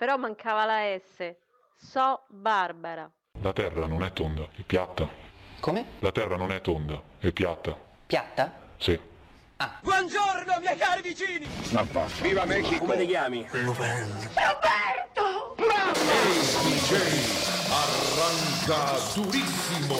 Però mancava la S. So Barbara. La terra non è tonda, è piatta. Come? La terra non è tonda, è piatta. Piatta? Sì. Ah. Buongiorno miei cari vicini! Ma basta. Viva Mexico! Come ti chiami? Roberto! Bravo! DJ arranca durissimo.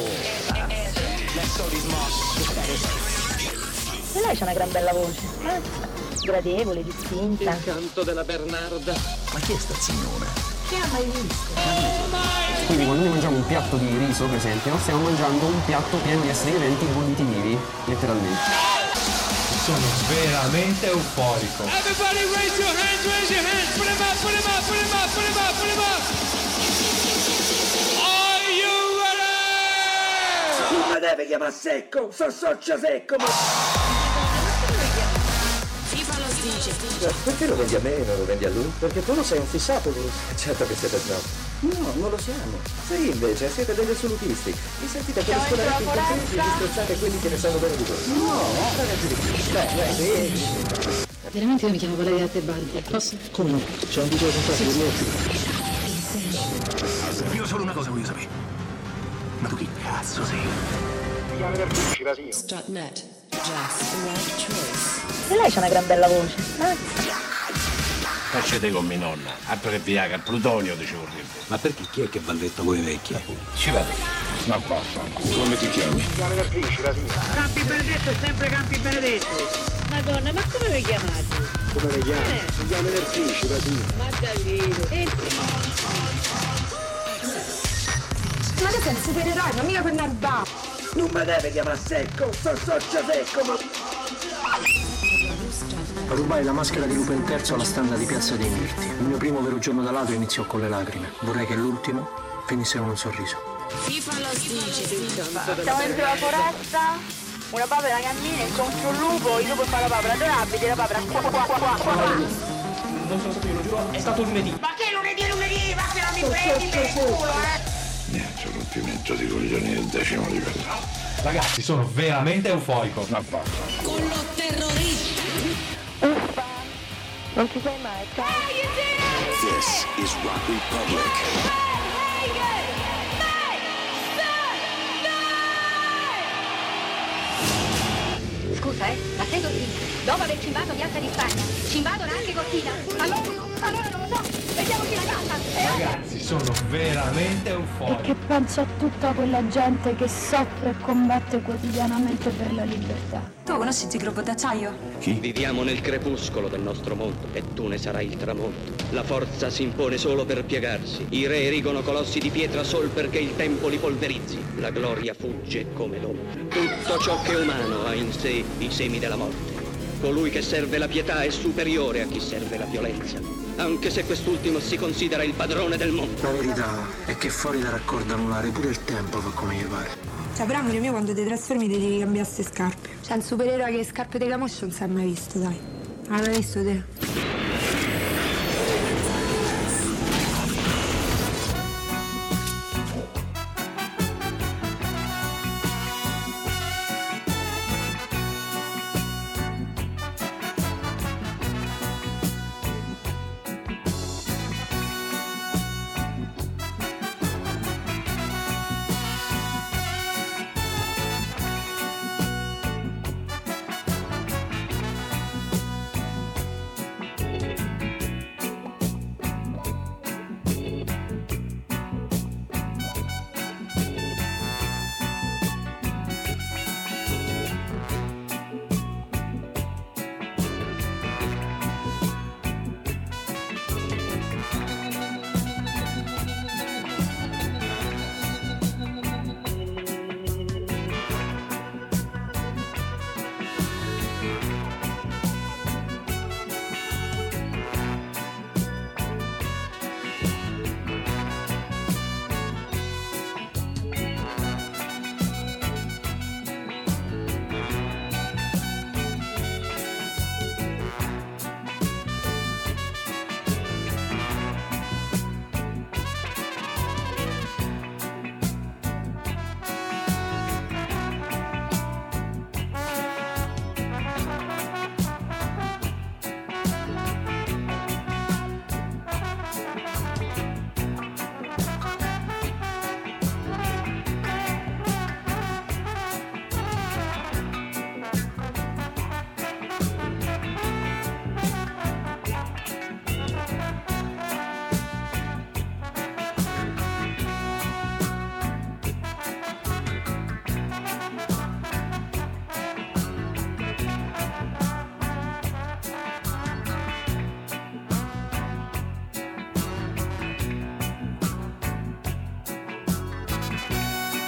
E lei c'ha una gran bella voce, gradevole, distinta. Il canto della Bernarda. Ma chi è sta signora? Chi ha mai visto? Quindi quando noi mangiamo un piatto di riso, per esempio, stiamo mangiando un piatto pieno di esseri viventi bolliti vivi, letteralmente. Sono veramente euforico. Everybody raise your hands, put them up, put them up, put them up, put them up, put them up. Are you ready? Non mi deve chiamare secco, sono socio secco, ma... FIFA lo dice. Perché lo vendi a me e non lo vendi a lui? Perché tu lo sei un fissato, lui. Certo che siete snob. No, non lo siamo. Sì, invece, siete degli assolutisti. Vi sentite come scolariti incontenti e disprezzate quelli che ne sanno bene di voi. No, ragazzi di più. Sì. Veramente io mi chiamo Valeria Tebaldi, posso? Come no? C'è un video contratto di niente. Io solo una cosa voglio sapere. Ma tu chi cazzo sei? Mi chiami per fusci, Rasino. Strutnet. Just the right choice. E lei c'ha una gran bella voce, Facete con mia nonna, altro che Viagra, Plutonio dicevo prima. Ma perché chi è che va letto con i vecchi? Ci vado. Ma basta. Come ti chiami? Mi chiami per fusci, Rasino. Campi Benedetto è sempre Campi Benedetto. Madonna, ma come vi chiamate? Come mi chiami? Mi chiami per fusci, Rasino. Ma Davide, Ma che sei un supereroe, ma mica per Narba! Non mi deve chiamare secco, sono socio secco, ma... Rubai la maschera di Lupin III alla standa di Piazza dei Mirti. Il mio primo vero giorno da ladro iniziò con le lacrime. Vorrei che l'ultimo finisse con un sorriso. FIFA lo dice. siamo dentro la foresta, una papera cammina incontro un lupo, il lupo fa la papera, dove abiti la papera? Qua. Non sono stato io, lo giuro, è stato lunedì. Ma che lunedì? Ma che non mi prendi per il culo, Niente, rompimento di coglioni del 10° livello. Ragazzi, sono veramente euforico. Ma basta. Con lo terrorista. Uffa, non ci sei mai, ciao. This is Rock Republic. Scusa, ma sei Cortina? Dopo aver cimbato Piazza di Spagna, ci invadono anche Cortina? Allora non lo so, vediamoci la casa! Ragazzi, sono veramente euforico. E che penso a tutta quella gente che soffre e combatte quotidianamente per la libertà. Tu conosci il robot d'acciaio? Viviamo nel crepuscolo del nostro mondo e tu ne sarai il tramonto. La forza si impone solo per piegarsi. I re erigono colossi di pietra sol perché il tempo li polverizzi. La gloria fugge come l'ombra. Tutto ciò che è umano ha in sé i semi della morte. Colui che serve la pietà è superiore a chi serve la violenza, anche se quest'ultimo si considera il padrone del mondo. La verità è che fuori da raccordo anulare pure il tempo fa come gli pare. Cioè, però amore mio, quando ti trasformi ti devi cambiare queste scarpe. Cioè, il supereroe che le scarpe di Camoscio non si è mai visto, dai. Ah, l'hai visto te?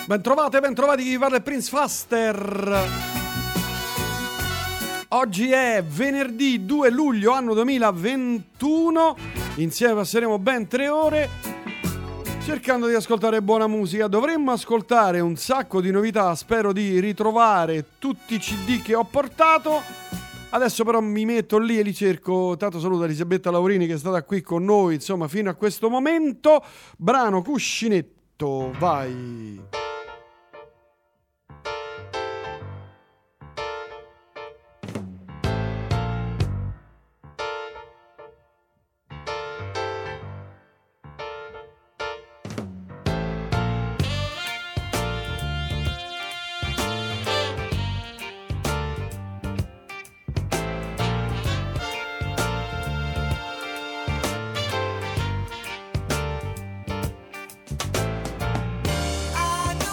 Bentrovati, chi parla è Prince Faster. Oggi è venerdì 2 luglio anno 2021. Insieme passeremo ben 3 ore cercando di ascoltare buona musica. Dovremmo ascoltare un sacco di novità. Spero di ritrovare tutti i CD che ho portato. Adesso però mi metto lì e li cerco. Tanto saluto Elisabetta Laurini che è stata qui con noi, insomma, fino a questo momento. Brano Cuscinetto, vai. I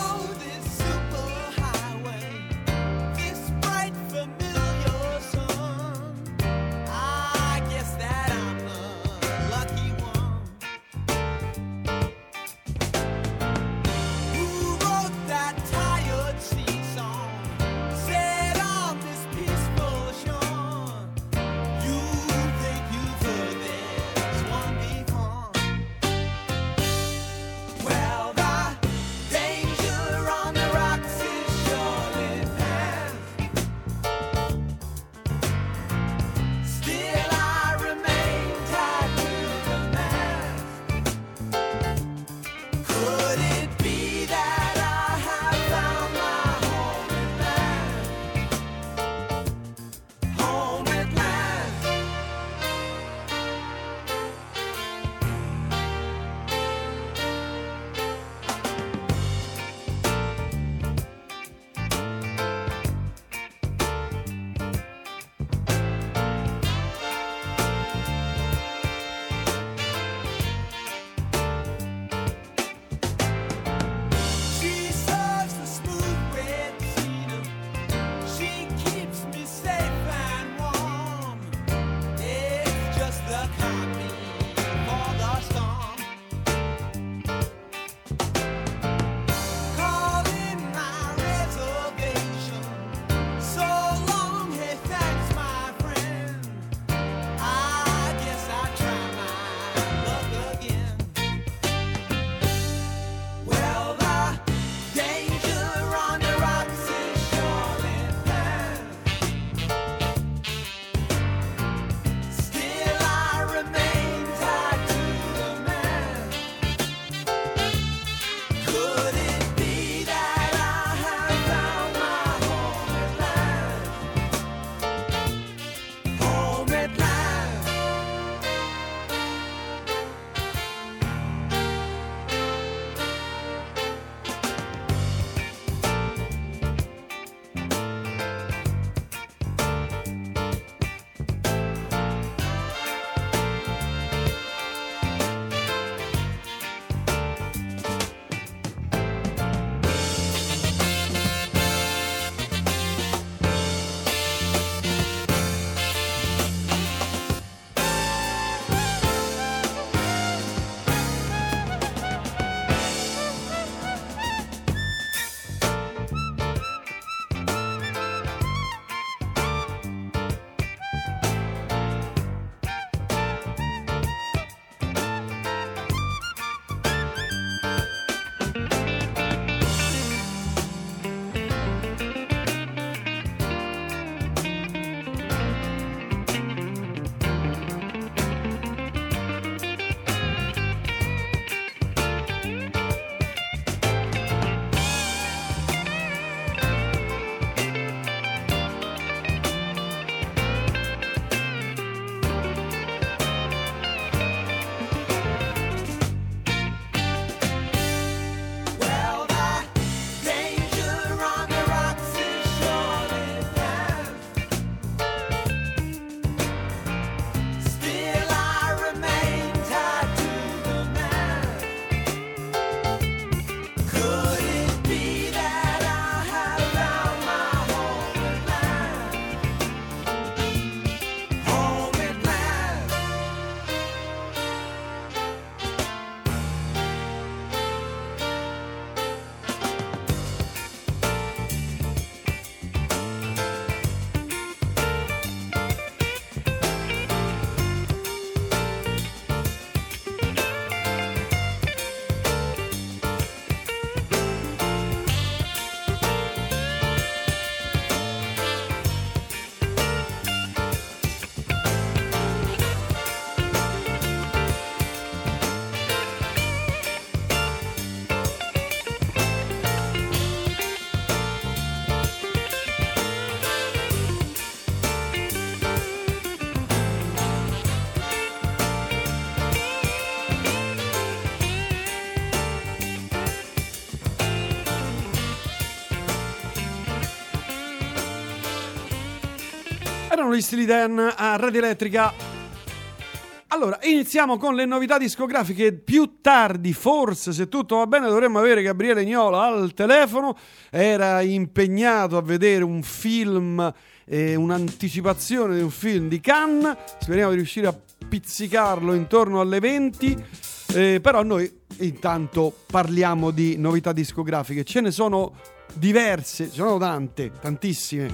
Sono gli Steely Dan a Radio Elettrica. Allora, iniziamo con le novità discografiche. Più tardi, forse, se tutto va bene, dovremmo avere Gabriele Niola al telefono. Era impegnato a vedere un film, un'anticipazione di un film di Cannes. Speriamo di riuscire a pizzicarlo intorno alle 20. Però noi intanto parliamo di novità discografiche. Ce ne sono diverse, ce ne sono tantissime.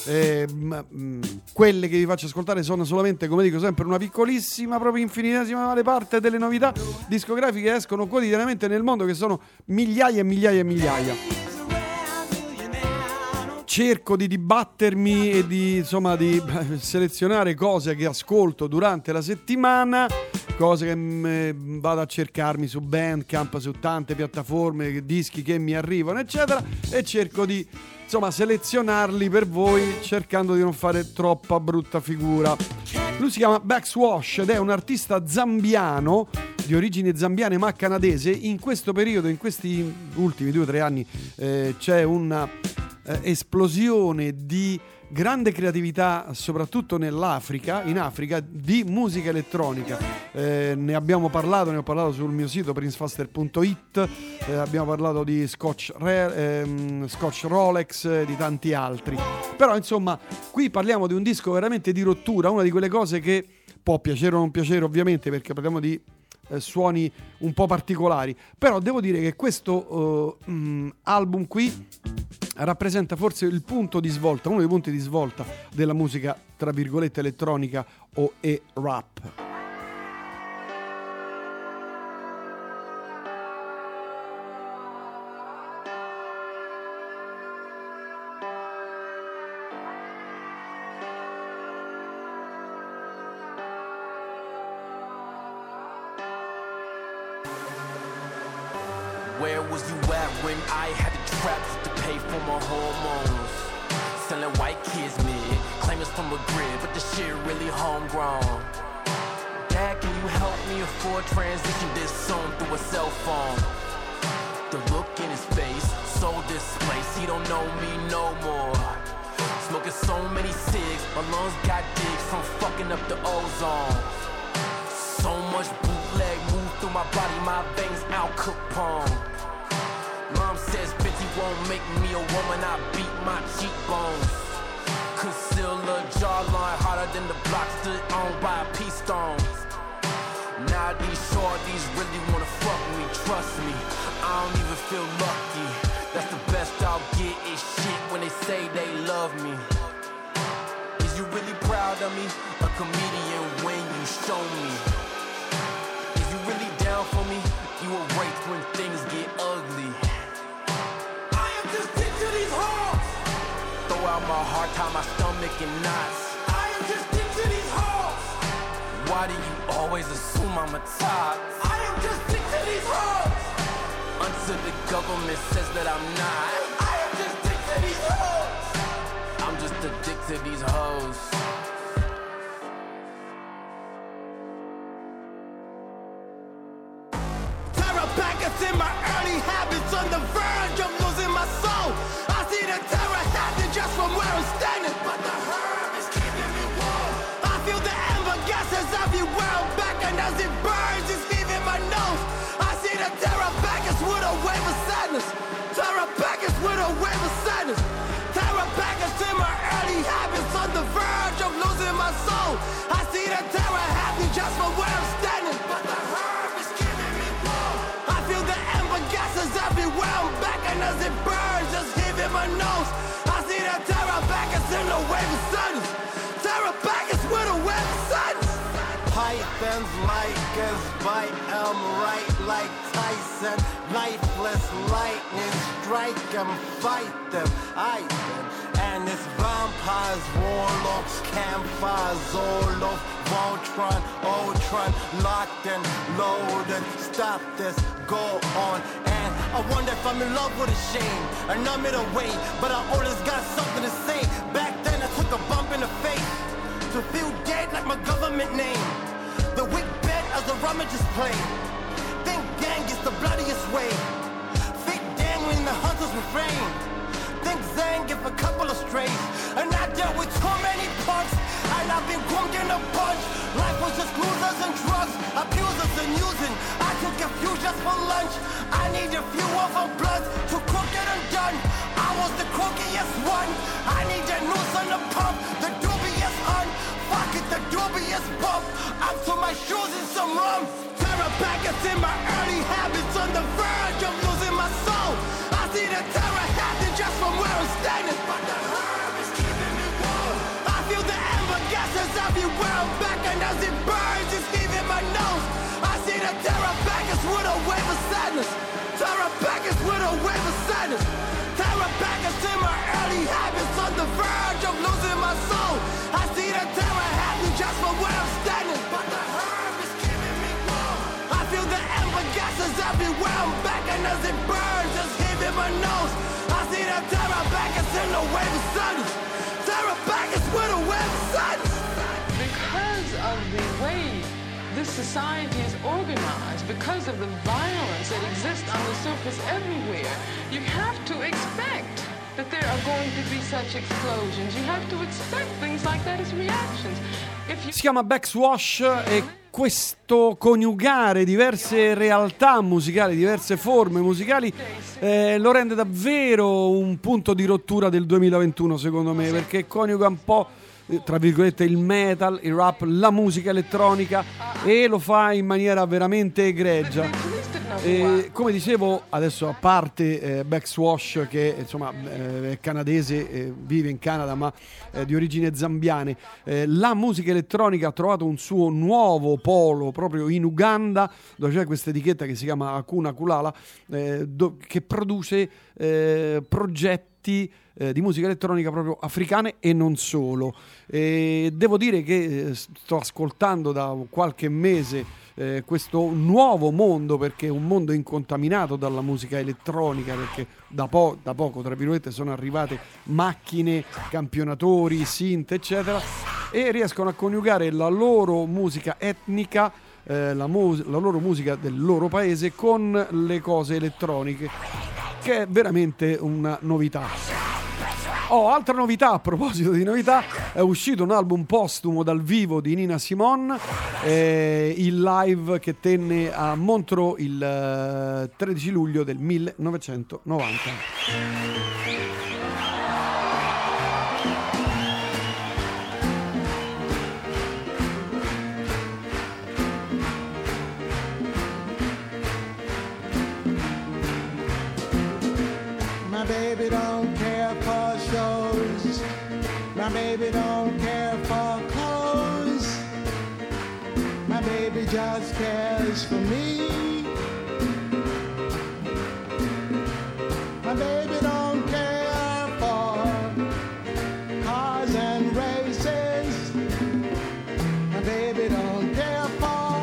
Quelle che vi faccio ascoltare sono solamente, come dico sempre, una piccolissima, proprio infinitesimale parte delle novità discografiche che escono quotidianamente nel mondo, che sono migliaia e migliaia e migliaia. Cerco di dibattermi e di selezionare cose che ascolto durante la settimana, cose che vado a cercarmi su Bandcamp, su tante piattaforme, dischi che mi arrivano, eccetera, e cerco di selezionarli per voi, cercando di non fare troppa brutta figura. Lui si chiama Backswash ed è un artista zambiano, di origini zambiane ma canadese. In questo periodo, in questi ultimi 2 o 3 anni, c'è una esplosione di grande creatività, soprattutto in Africa, di musica elettronica. Ne ho parlato sul mio sito princefaster.it, abbiamo parlato di Scotch Rolex, di tanti altri. Però insomma, qui parliamo di un disco veramente di rottura, una di quelle cose che può piacere o non piacere, ovviamente, perché parliamo di suoni un po' particolari. Però devo dire che questo album qui rappresenta forse il punto di svolta, uno dei punti di svolta della musica, tra virgolette, elettronica e rap. Where was you at when I had the traps to pay for my hormones? Selling white kids mid, claim it's from a grid, but the shit really homegrown. Dad, can you help me afford transition this song through a cell phone? The look in his face, so displaced, he don't know me no more. Smoking so many cigs, my lungs got digs from fucking up the ozone. So much bootleg move through my body, my veins Al Capone. Mom says, bitch, you won't make me a woman, I beat my cheekbones. Concealer, jawline, harder than the block stood on by a pea stone. Now these shorties really wanna fuck me, trust me, I don't even feel lucky. That's the best I'll get is shit when they say they love me. Is you really proud of me? A comedian when you show me. Is you really down for me? You will wait when things get ugly. I am just dick to these hoes. Throw out my heart, tie my stomach in knots. I am just dick to these hoes. Why do you always assume I'm a top? I am just dick to these hoes. Until the government says that I'm not. I am just dick to these hoes. I'm just a dick to these hoes. Terror packets in my early habits, on the verge of losing my soul. I see the terror happening just from where I'm standing, but the herb is keeping me warm. I feel the amber gases everywhere I'm back, and as it burns, it's leaving my nose. I see the terror packets with a wave of sadness. Terror packets with a wave of sadness. Terror packets in my early habits, on the verge of losing my soul. I see the terror happening just from where I'm standing, but the herb is keeping me warm. I feel the amber gases everywhere I'm back, and as it burns, just leaving my nose. I see the terror packets in the wave of sadness. Terror packets with a wave of sadness. Pythons like us bite, I'm right like Tyson. Lifeless lightning strike them, fight them, and it's vampires, warlocks, campfires, Olof, Voltron, Ultron, locked and loaded. Stop this, go on. And I wonder if I'm in love with a shame, and I'm in a way, but I always got something to say. Back then I took a bump in the face to feel dead like my government name. The wick bed as the rummages play. Think gang is the bloodiest way. Fake dangling the hunters refrain. think Zang give a couple of strays. And I dealt with too many punks, and I've been drunk in a bunch. Life was just losers and drugs, abusers and using. I took a few just for lunch. I need a few of them bloods to cook it and done. I was the crookiest one. I need a noose on the pump, the dubious un. Fuck it, the dubious bump. Up to my shoes in some rum. Terror packets in my early habits, on the verge of losing my soul. I see the terror happen just from where I'm standing, but the herb is keeping me warm. I feel the amber gases everywhere I'm back, and as it burns, it's leaving my nose. I see the terror packets with a wave of sadness. Terror packets with a wave of sadness. Terror packets in my early habits, on the verge of losing my soul. I see the terror happen just from where I'm standing, but the herb is keeping me warm. I feel the amber gases everywhere I'm back, and as it burns, it's leaving my nose. I see the terror packets in the wave of sadness. Terror packets with a wave of sadness. Because of the way this society is organized, because of the violence that exists on the surface everywhere, you have to expect that there are going to be such explosions. You have to expect things like that as reactions. Si chiama Backswash e questo coniugare diverse realtà musicali, diverse forme musicali, lo rende davvero un punto di rottura del 2021, secondo me, perché coniuga un po', tra virgolette, il metal, il rap, la musica elettronica, e lo fa in maniera veramente egregia. Come dicevo, adesso, a parte Backswash, che insomma è canadese, vive in Canada ma di origini zambiane, la musica elettronica ha trovato un suo nuovo polo proprio in Uganda, dove c'è questa etichetta che si chiama Hakuna Kulala, che produce progetti di musica elettronica proprio africane e non solo. Devo dire che sto ascoltando da qualche mese questo nuovo mondo, perché è un mondo incontaminato dalla musica elettronica, perché da poco, tra virgolette, sono arrivate macchine, campionatori, synth, eccetera, e riescono a coniugare la loro musica etnica, la loro musica del loro paese, con le cose elettroniche, che è veramente una novità. Altra novità, a proposito di novità, è uscito un album postumo dal vivo di Nina Simone, il live che tenne a Montreux il 13 luglio del 1990. My baby don't care for clothes. My baby just cares for me. My baby don't care for cars and races. My baby don't care for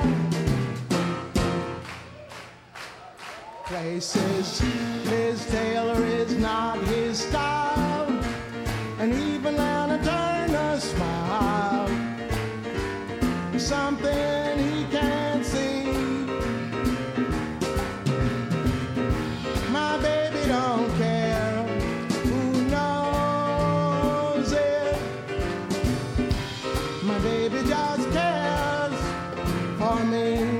places. Liz Taylor is not his style. And even Lana Turner smile. Something he can't see. My baby don't care who knows it. My baby just cares for me.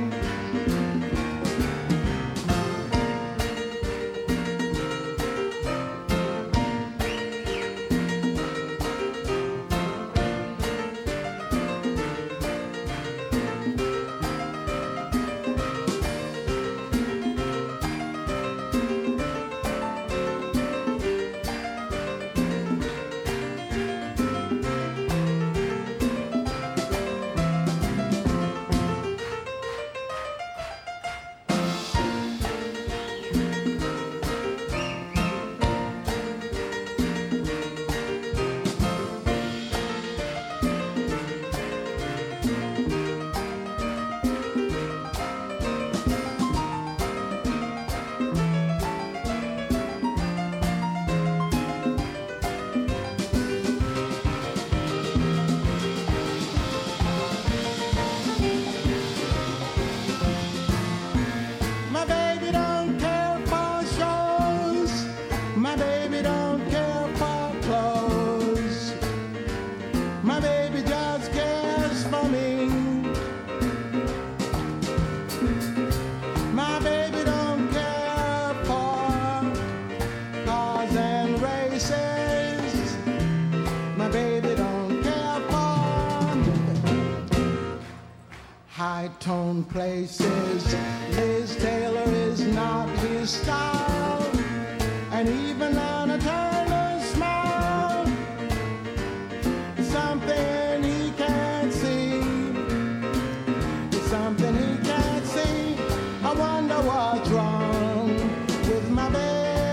places. Liz Taylor is not his style, and even Anna Turner's smile is something he can't see. It's something he can't see. I wonder what's wrong with my baby.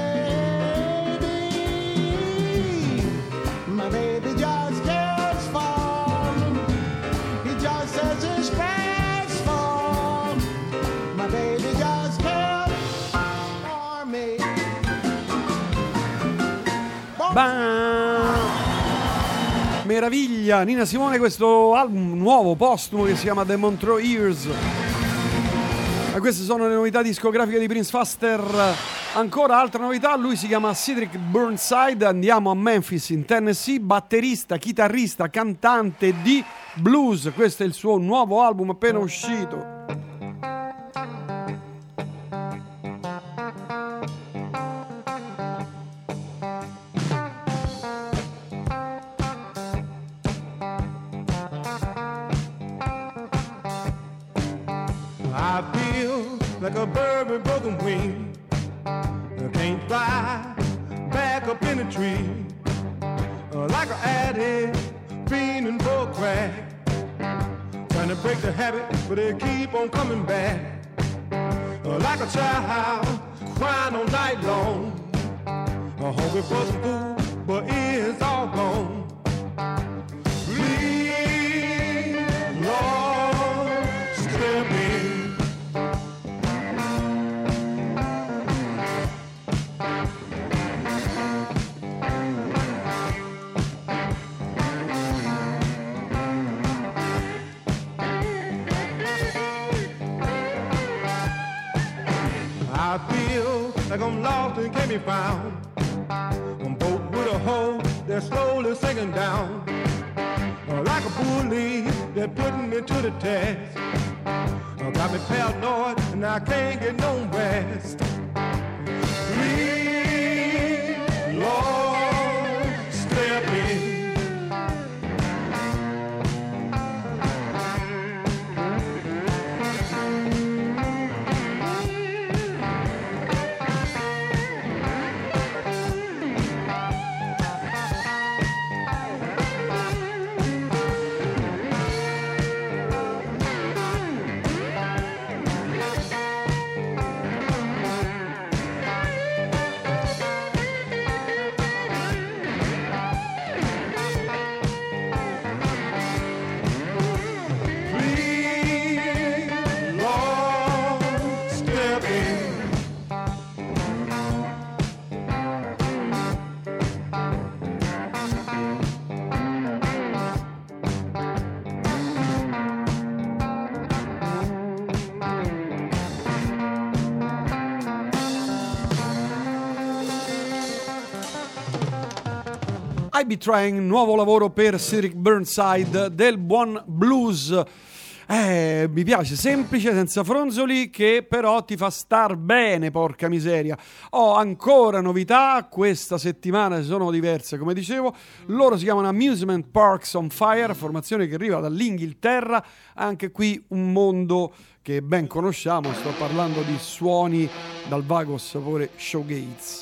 My baby just cares for me. He just says his prayers for me. My baby just cares for me. Meraviglia, Nina Simone, questo album nuovo, postumo, che si chiama The Montreux Years. E queste sono le novità discografiche di Prince Faster. Ancora altra novità, lui si chiama Cedric Burnside. Andiamo a Memphis in Tennessee, batterista, chitarrista, cantante di blues. Questo è il suo nuovo album appena uscito. I feel like a bird with broken wing. I can't fly back up in a tree. Like an addict, fiending for crack. Trying to break the habit, but they keep on coming back. Like a child, crying all night long. Hungry for some food, but it's all gone. Please, Lord, step in. I feel like I'm lost and can't be found. I'm boat with a hole that's slowly sinking down. Like a bully that's putting me to the test. Got me paranoid and I can't get no rest. Please, Lord, step in. I Be Trying, nuovo lavoro per Cedric Burnside del buon blues. Mi piace, semplice, senza fronzoli, che però ti fa star bene, porca miseria. Ho ancora novità, questa settimana sono diverse, come dicevo. Loro si chiamano Amusement Parks on Fire, formazione che arriva dall'Inghilterra. Anche qui un mondo che ben conosciamo, sto parlando di suoni dal vago sapore shoegaze.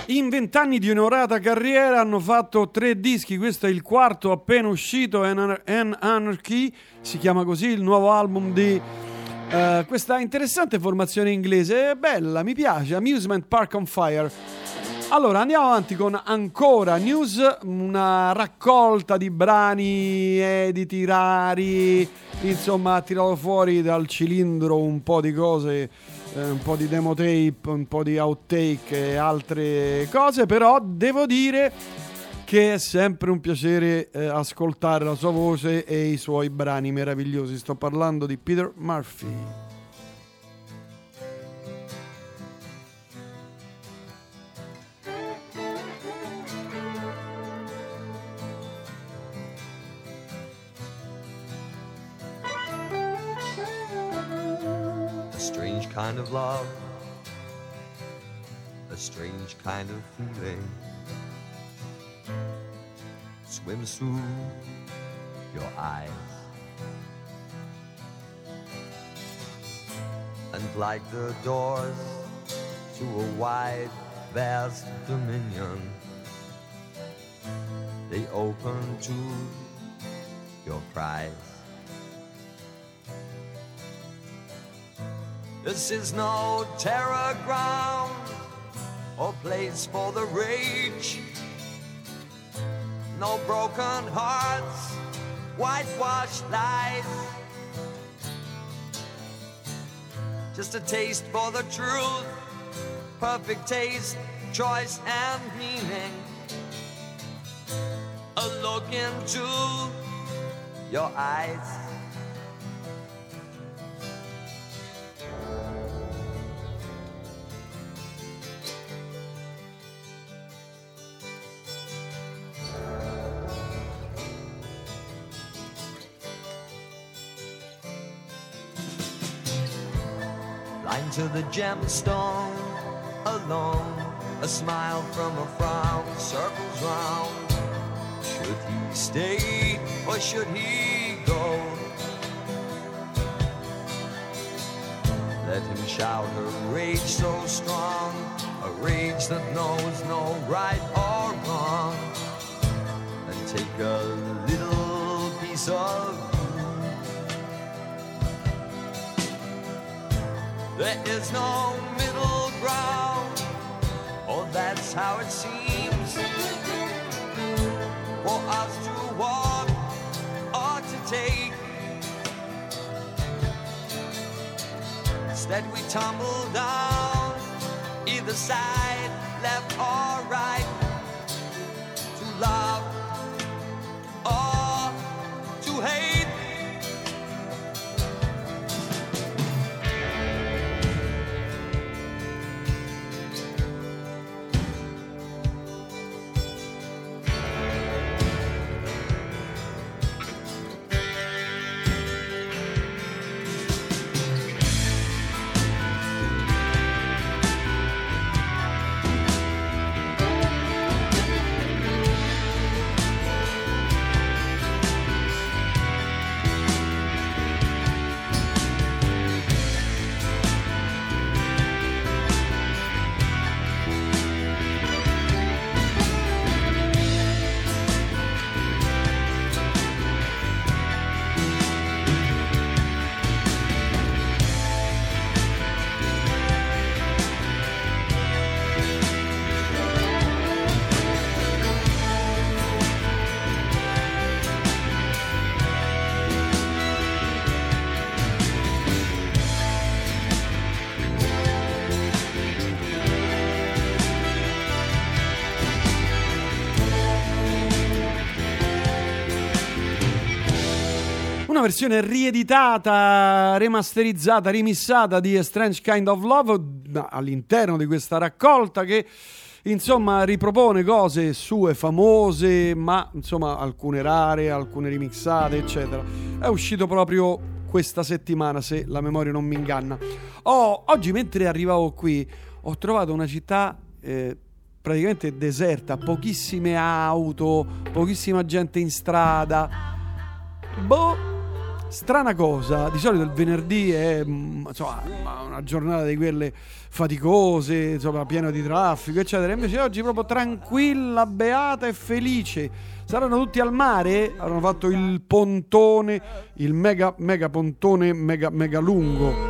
In 20 anni di onorata carriera hanno fatto 3 dischi, questo è il quarto appena uscito, Anarchy, si chiama così il nuovo album di questa interessante formazione inglese, è bella, mi piace, Amusement Park on Fire. Allora andiamo avanti con ancora news, una raccolta di brani editi rari, insomma ha tirato fuori dal cilindro un po' di cose, un po' di demo tape, un po' di outtake e altre cose, però devo dire che è sempre un piacere ascoltare la sua voce e i suoi brani meravigliosi. Sto parlando di Peter Murphy. A strange kind of love, a strange kind of feeling swims through your eyes, and like the doors to a wide, vast dominion, they open to your cries. This is no terror ground or place for the rage. No broken hearts, whitewashed lies. Just a taste for the truth, perfect taste, choice and meaning. A look into your eyes. Blind to the gemstone, alone, a smile from a frown circles round. Should he stay or should he go? Let him shout her rage so strong, a rage that knows no right or wrong, and take a little piece of there is no middle ground, oh that's how it seems, for us to walk or to take. Instead we tumble down, either side, left or right, to love or to hate. Una versione rieditata, remasterizzata, rimissata di A Strange Kind of Love all'interno di questa raccolta che insomma ripropone cose sue famose, ma insomma alcune rare, alcune remixate eccetera. È uscito proprio questa settimana, se la memoria non mi inganna. Oggi mentre arrivavo qui ho trovato una città praticamente deserta, pochissime auto, pochissima gente in strada. Strana cosa, di solito il venerdì è insomma, una giornata di quelle faticose, insomma, pieno di traffico, eccetera. Invece oggi proprio tranquilla, beata e felice. Saranno tutti al mare? Avranno fatto il pontone, il mega pontone mega lungo.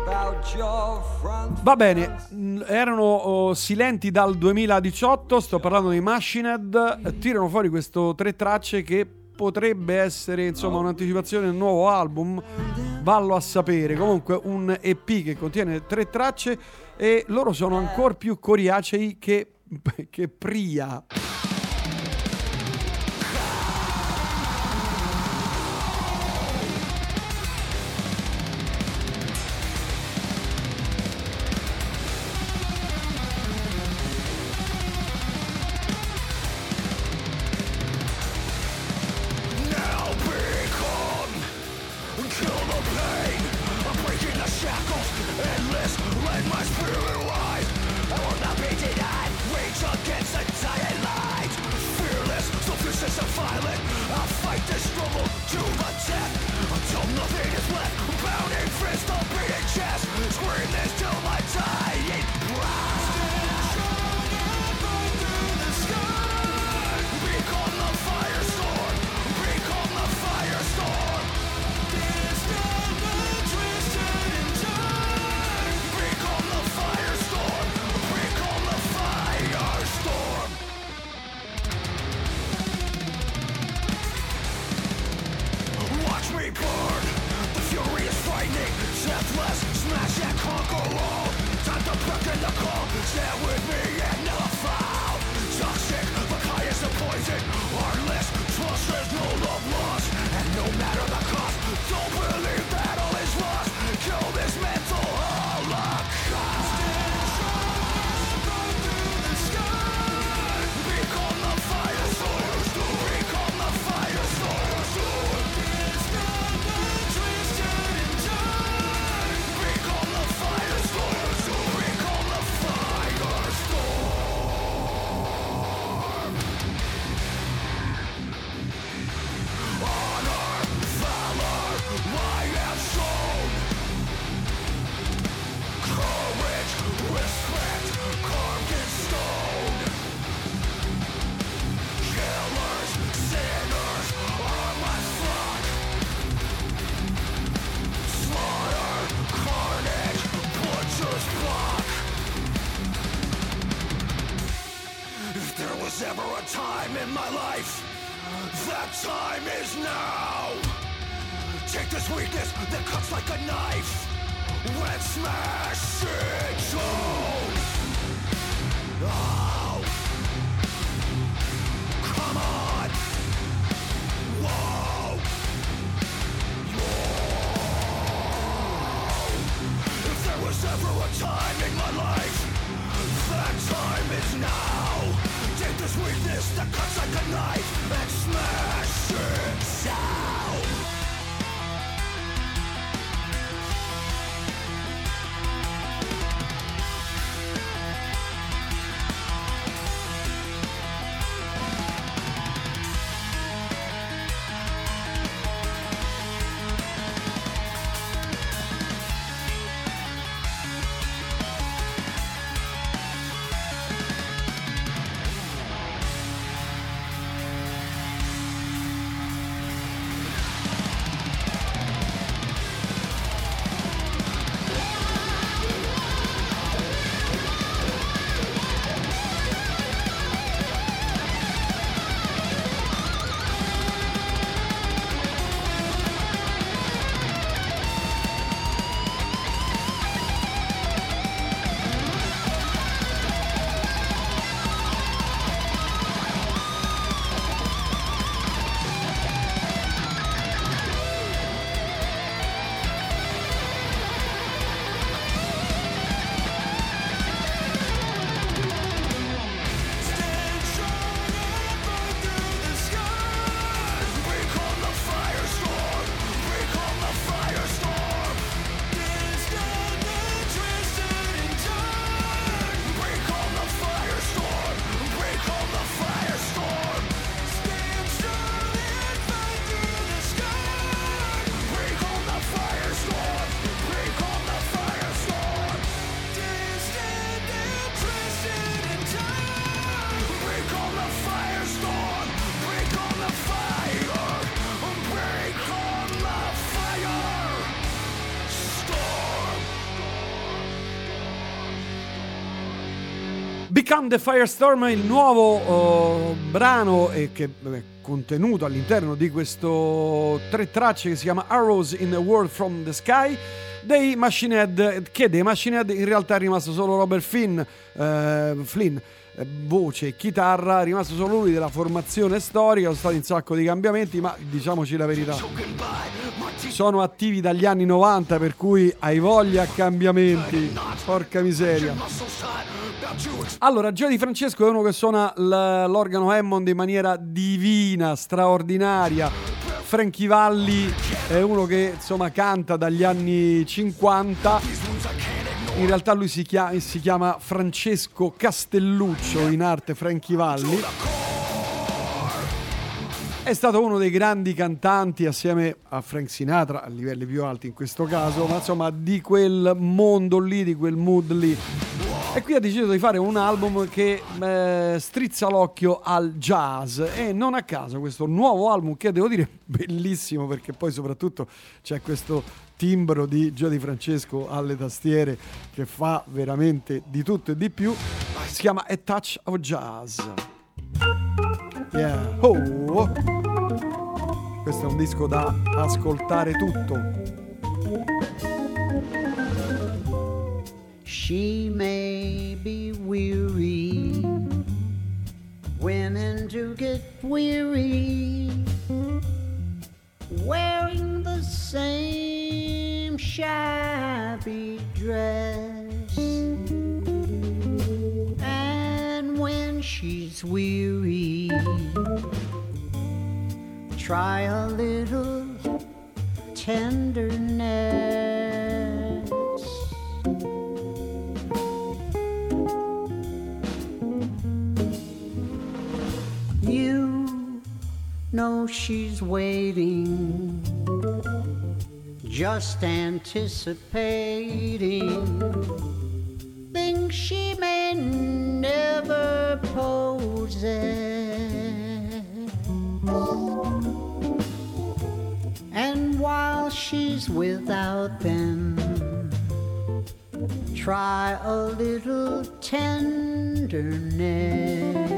Va bene, erano silenti dal 2018, sto parlando di Machine Head, tirano fuori questo 3 tracce che potrebbe essere insomma un'anticipazione del nuovo album, vallo a sapere. Comunque un EP che contiene 3 tracce e loro sono ancora più coriacei che Pria. Become the Firestorm, il nuovo brano che è contenuto all'interno di questo 3 tracce che si chiama Arrows in the World from the Sky dei Machine Head, che dei Machine Head in realtà è rimasto solo Robert Flynn, voce e chitarra, è rimasto solo lui della formazione storica. Sono stati un sacco di cambiamenti, ma diciamoci la verità, sono attivi dagli anni 90, per cui hai voglia a cambiamenti, porca miseria. Allora, Joe Di Francesco è uno che suona l'organo Hammond in maniera divina, straordinaria. Frankie Valli è uno che insomma canta dagli anni 50. In realtà lui si chiama Francesco Castelluccio, in arte Frankie Valli. È stato uno dei grandi cantanti assieme a Frank Sinatra, a livelli più alti in questo caso, ma insomma di quel mondo lì, di quel mood lì. E qui ha deciso di fare un album che strizza l'occhio al jazz, e non a caso questo nuovo album, che devo dire bellissimo, perché poi soprattutto c'è questo timbro di Joe Di Francesco alle tastiere che fa veramente di tutto e di più, si chiama A Touch of Jazz. Yeah. Oh. Questo è un disco da ascoltare tutto. She may be weary, women do get weary, wearing the same shabby dress. And when she's weary, try a little tenderness. You know she's waiting, just anticipating things she may never possess. And while she's without them, try a little tenderness.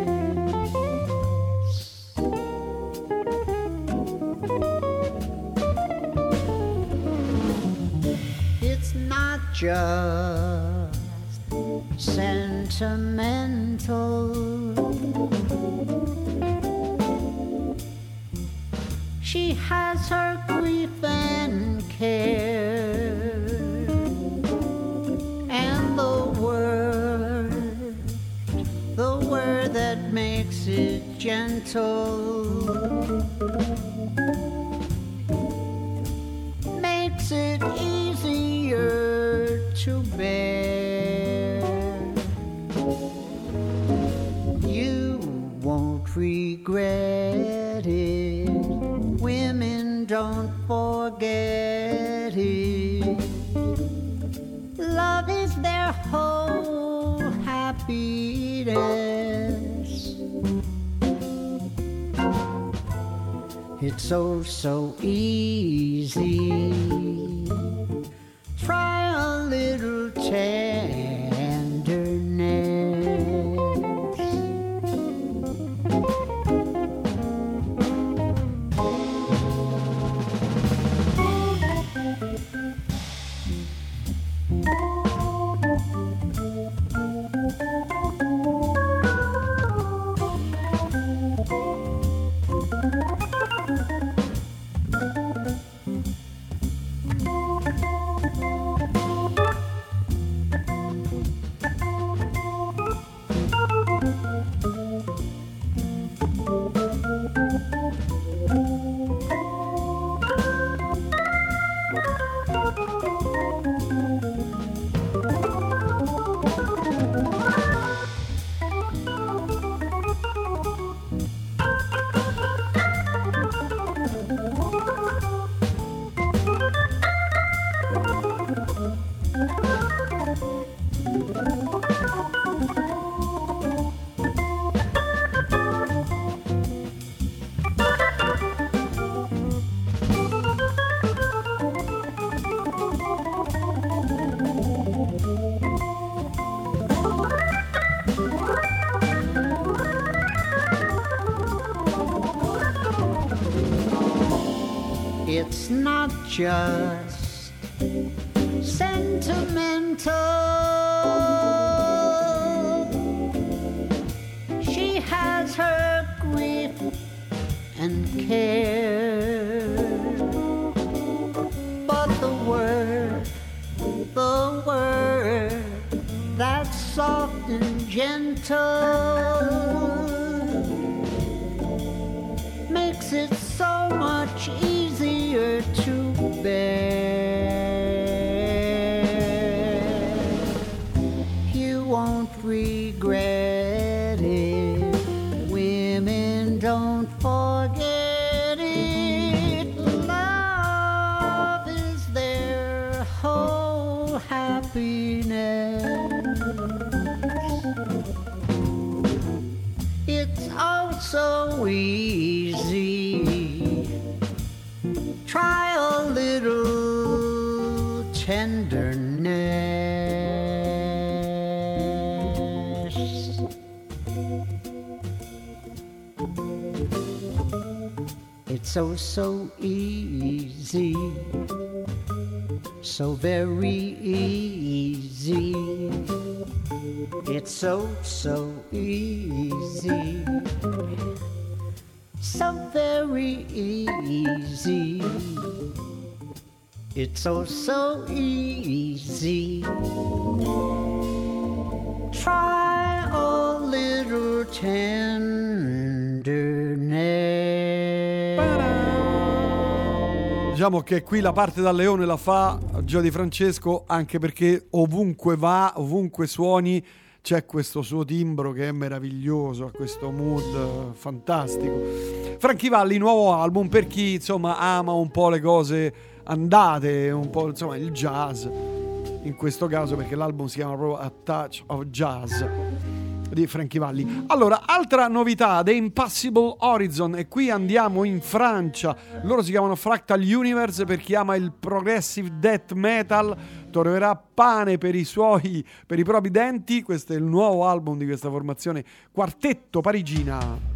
It's not just sentimental. She has her grief and care, and the word that makes it gentle, makes it easier to bear. You won't regret it. Women don't forget it. Love is their whole happiness. It's so easy. Try a little It's not just sentimental. She has her grief and care, but the word that's soft and gentle makes it so much easier to bear. You won't regret it. Women don't forget it. Love is their whole happiness. It's also easy. Try a little tenderness. It's so easy, so very easy. It's so easy, so very easy. It's so easy. Try a little tenderness. Diciamo che qui la parte da leone la fa Gio Di Francesco, anche perché ovunque va, ovunque suoni, c'è questo suo timbro che è meraviglioso, ha questo mood fantastico. Franchi Valli, nuovo album per chi insomma ama un po' le cose andate, un po' insomma il jazz in questo caso, perché l'album si chiama proprio A Touch of Jazz di Franchi Valli. Allora, altra novità, The Impossible Horizon, e qui andiamo in Francia. Loro si chiamano Fractal Universe. Per chi ama il progressive death metal troverà pane per i propri denti. Questo è il nuovo album di questa formazione quartetto parigina.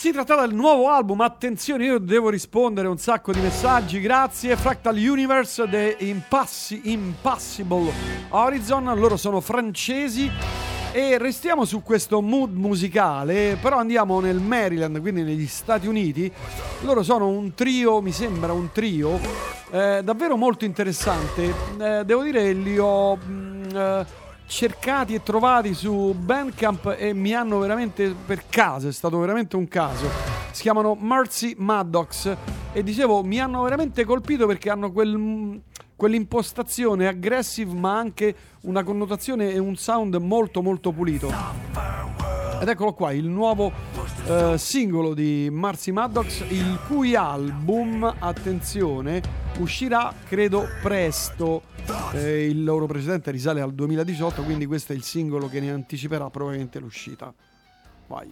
Si trattava del nuovo album, attenzione, io devo rispondere a un sacco di messaggi, grazie. Fractal Universe, The Impossible Horizon, loro sono francesi e restiamo su questo mood musicale, però andiamo nel Maryland, quindi negli Stati Uniti. Loro sono un trio, mi sembra un trio, davvero molto interessante, devo dire li ho cercati e trovati su Bandcamp e mi hanno veramente, per caso, è stato veramente un caso. Si chiamano Mercy Maddox e dicevo mi hanno veramente colpito perché hanno quell'impostazione aggressive ma anche una connotazione e un sound molto molto pulito. Ed eccolo qua, il nuovo singolo di Mercy Maddox, il cui album, attenzione, uscirà credo presto. Il loro precedente risale al 2018, quindi questo è il singolo che ne anticiperà probabilmente l'uscita. Vai.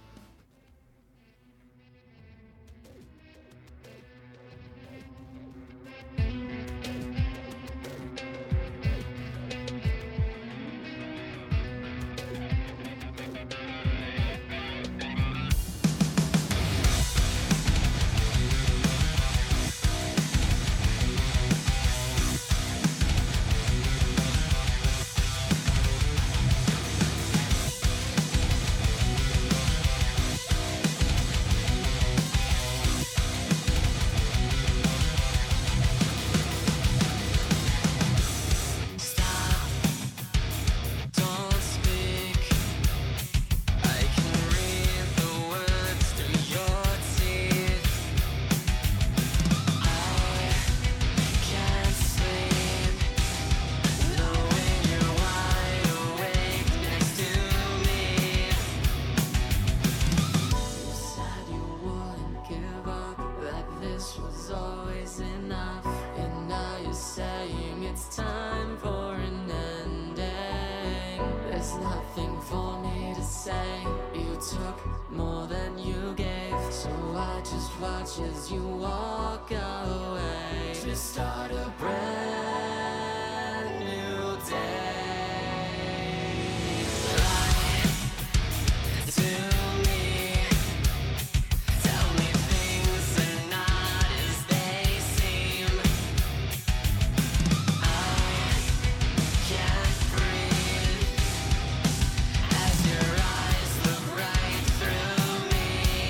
As you walk away to start a brand new day. Lie to me, tell me things are not as they seem. I can't breathe as your eyes look right through me.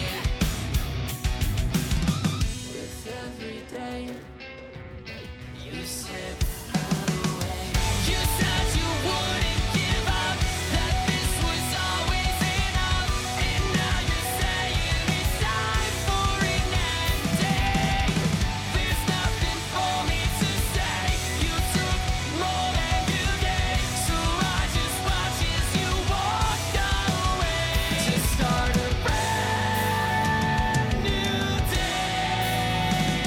Every day you slip away. You said you wouldn't give up, that this was always enough, and now you're saying it's time for an ending. There's nothing for me to say. You took more than you gave, so I just watch as you walk away to start a brand new day.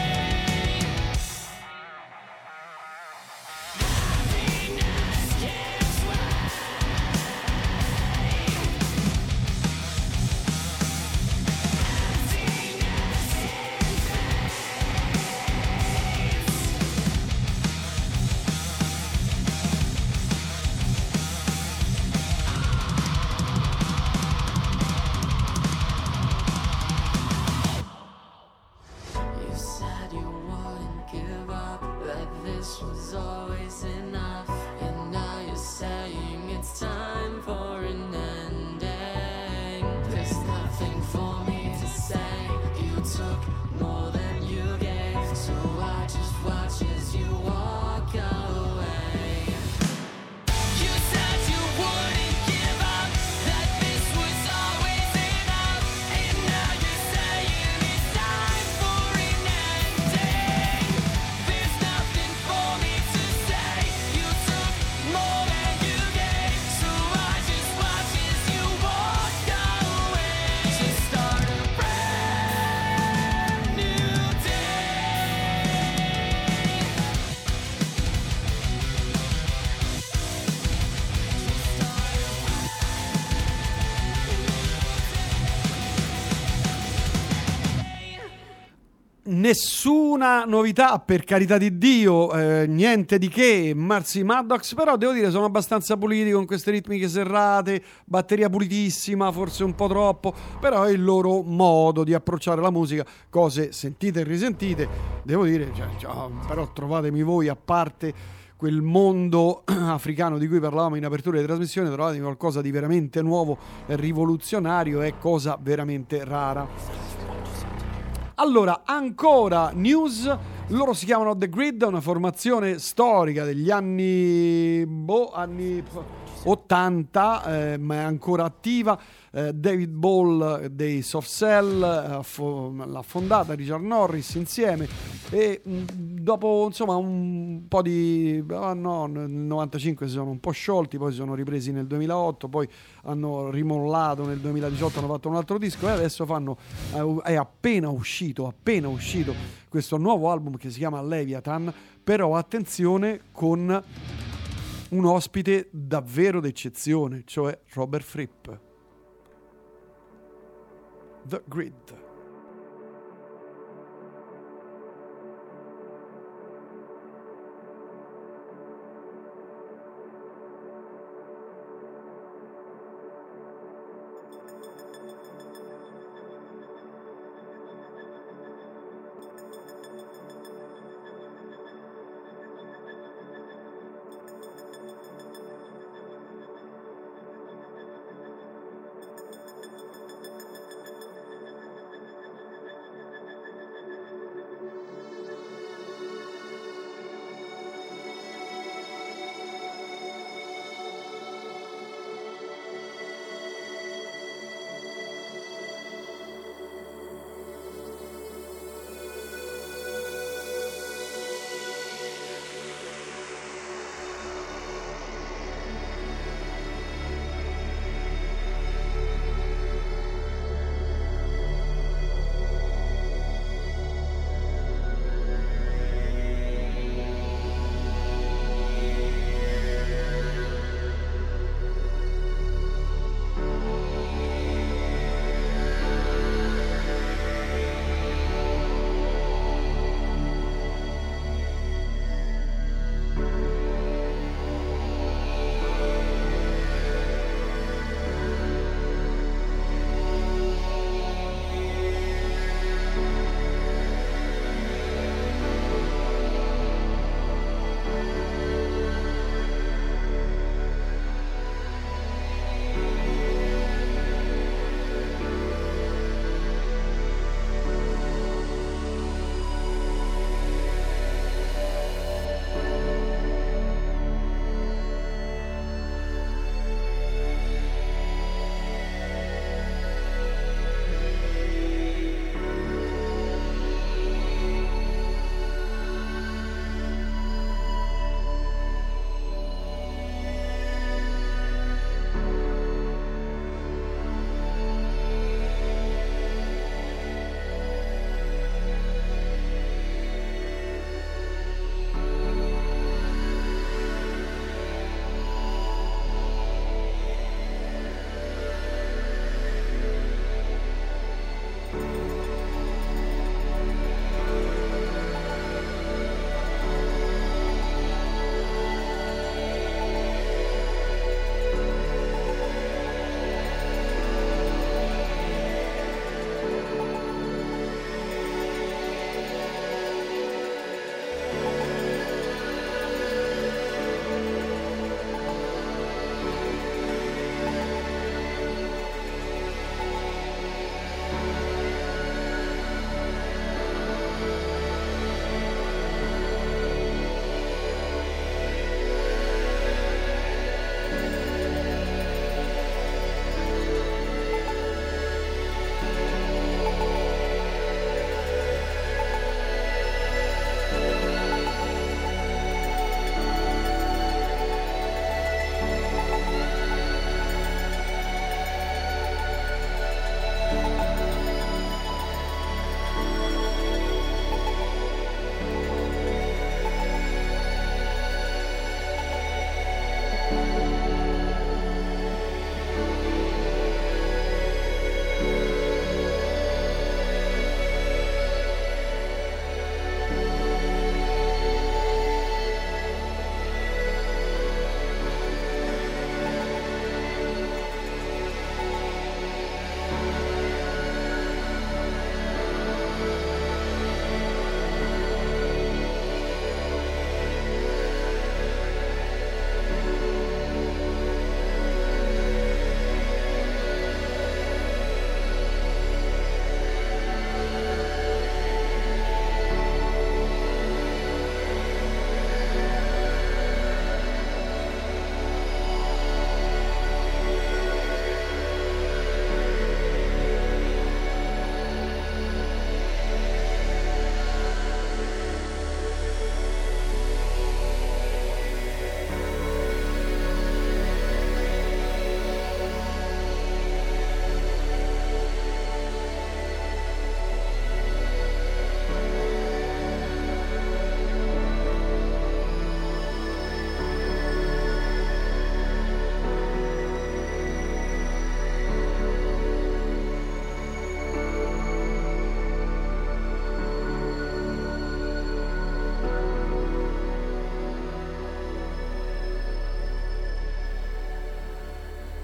You said you wouldn't give up, that this was always enough, and now you're saying it's time for an ending. There's nothing for me to say. You took more than you gave, so I just watch as you walk away. You said you wouldn't give up, that this was always enough, and now you're saying it's time for an ending. There's nothing for me to say. You Nessuna novità, per carità di Dio, niente di che. Marcy Maddox, però devo dire sono abbastanza puliti con queste ritmiche serrate, batteria pulitissima, forse un po' troppo, però è il loro modo di approcciare la musica, cose sentite e risentite, devo dire, però trovatemi voi, a parte quel mondo africano di cui parlavamo in apertura di trasmissione, trovatemi qualcosa di veramente nuovo e rivoluzionario, è cosa veramente rara. Allora, ancora news, loro si chiamano The Grid, una formazione storica degli anni 80, ma è ancora attiva. David Ball dei Soft Cell l'ha fondata, Richard Norris insieme, e dopo insomma un po' di nel 95 si sono un po' sciolti, poi si sono ripresi nel 2008, poi hanno rimollato nel 2018, hanno fatto un altro disco e adesso è appena uscito questo nuovo album che si chiama Leviathan, però attenzione, con un ospite davvero d'eccezione, cioè Robert Fripp. The Grid.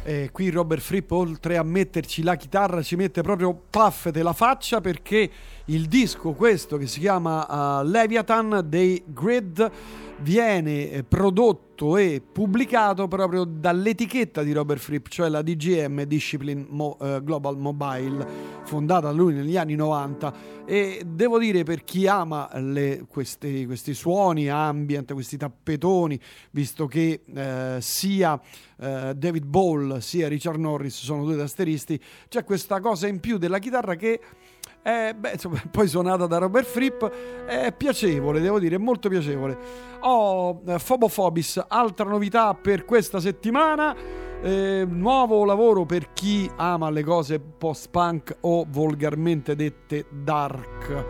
Qui Robert Fripp, oltre a metterci la chitarra, ci mette proprio paffete la faccia, perché il disco questo, che si chiama Leviathan dei Grid, viene prodotto e pubblicato proprio dall'etichetta di Robert Fripp, cioè la DGM, Discipline Global Mobile, fondata da lui negli anni 90. E devo dire, per chi ama questi suoni ambient, questi tappetoni, visto che sia David Ball sia Richard Norris sono due tasteristi, c'è questa cosa in più della chitarra che insomma, poi suonata da Robert Fripp, è piacevole, devo dire, è molto piacevole. Phobophobics, altra novità per questa settimana, nuovo lavoro per chi ama le cose post-punk o volgarmente dette dark.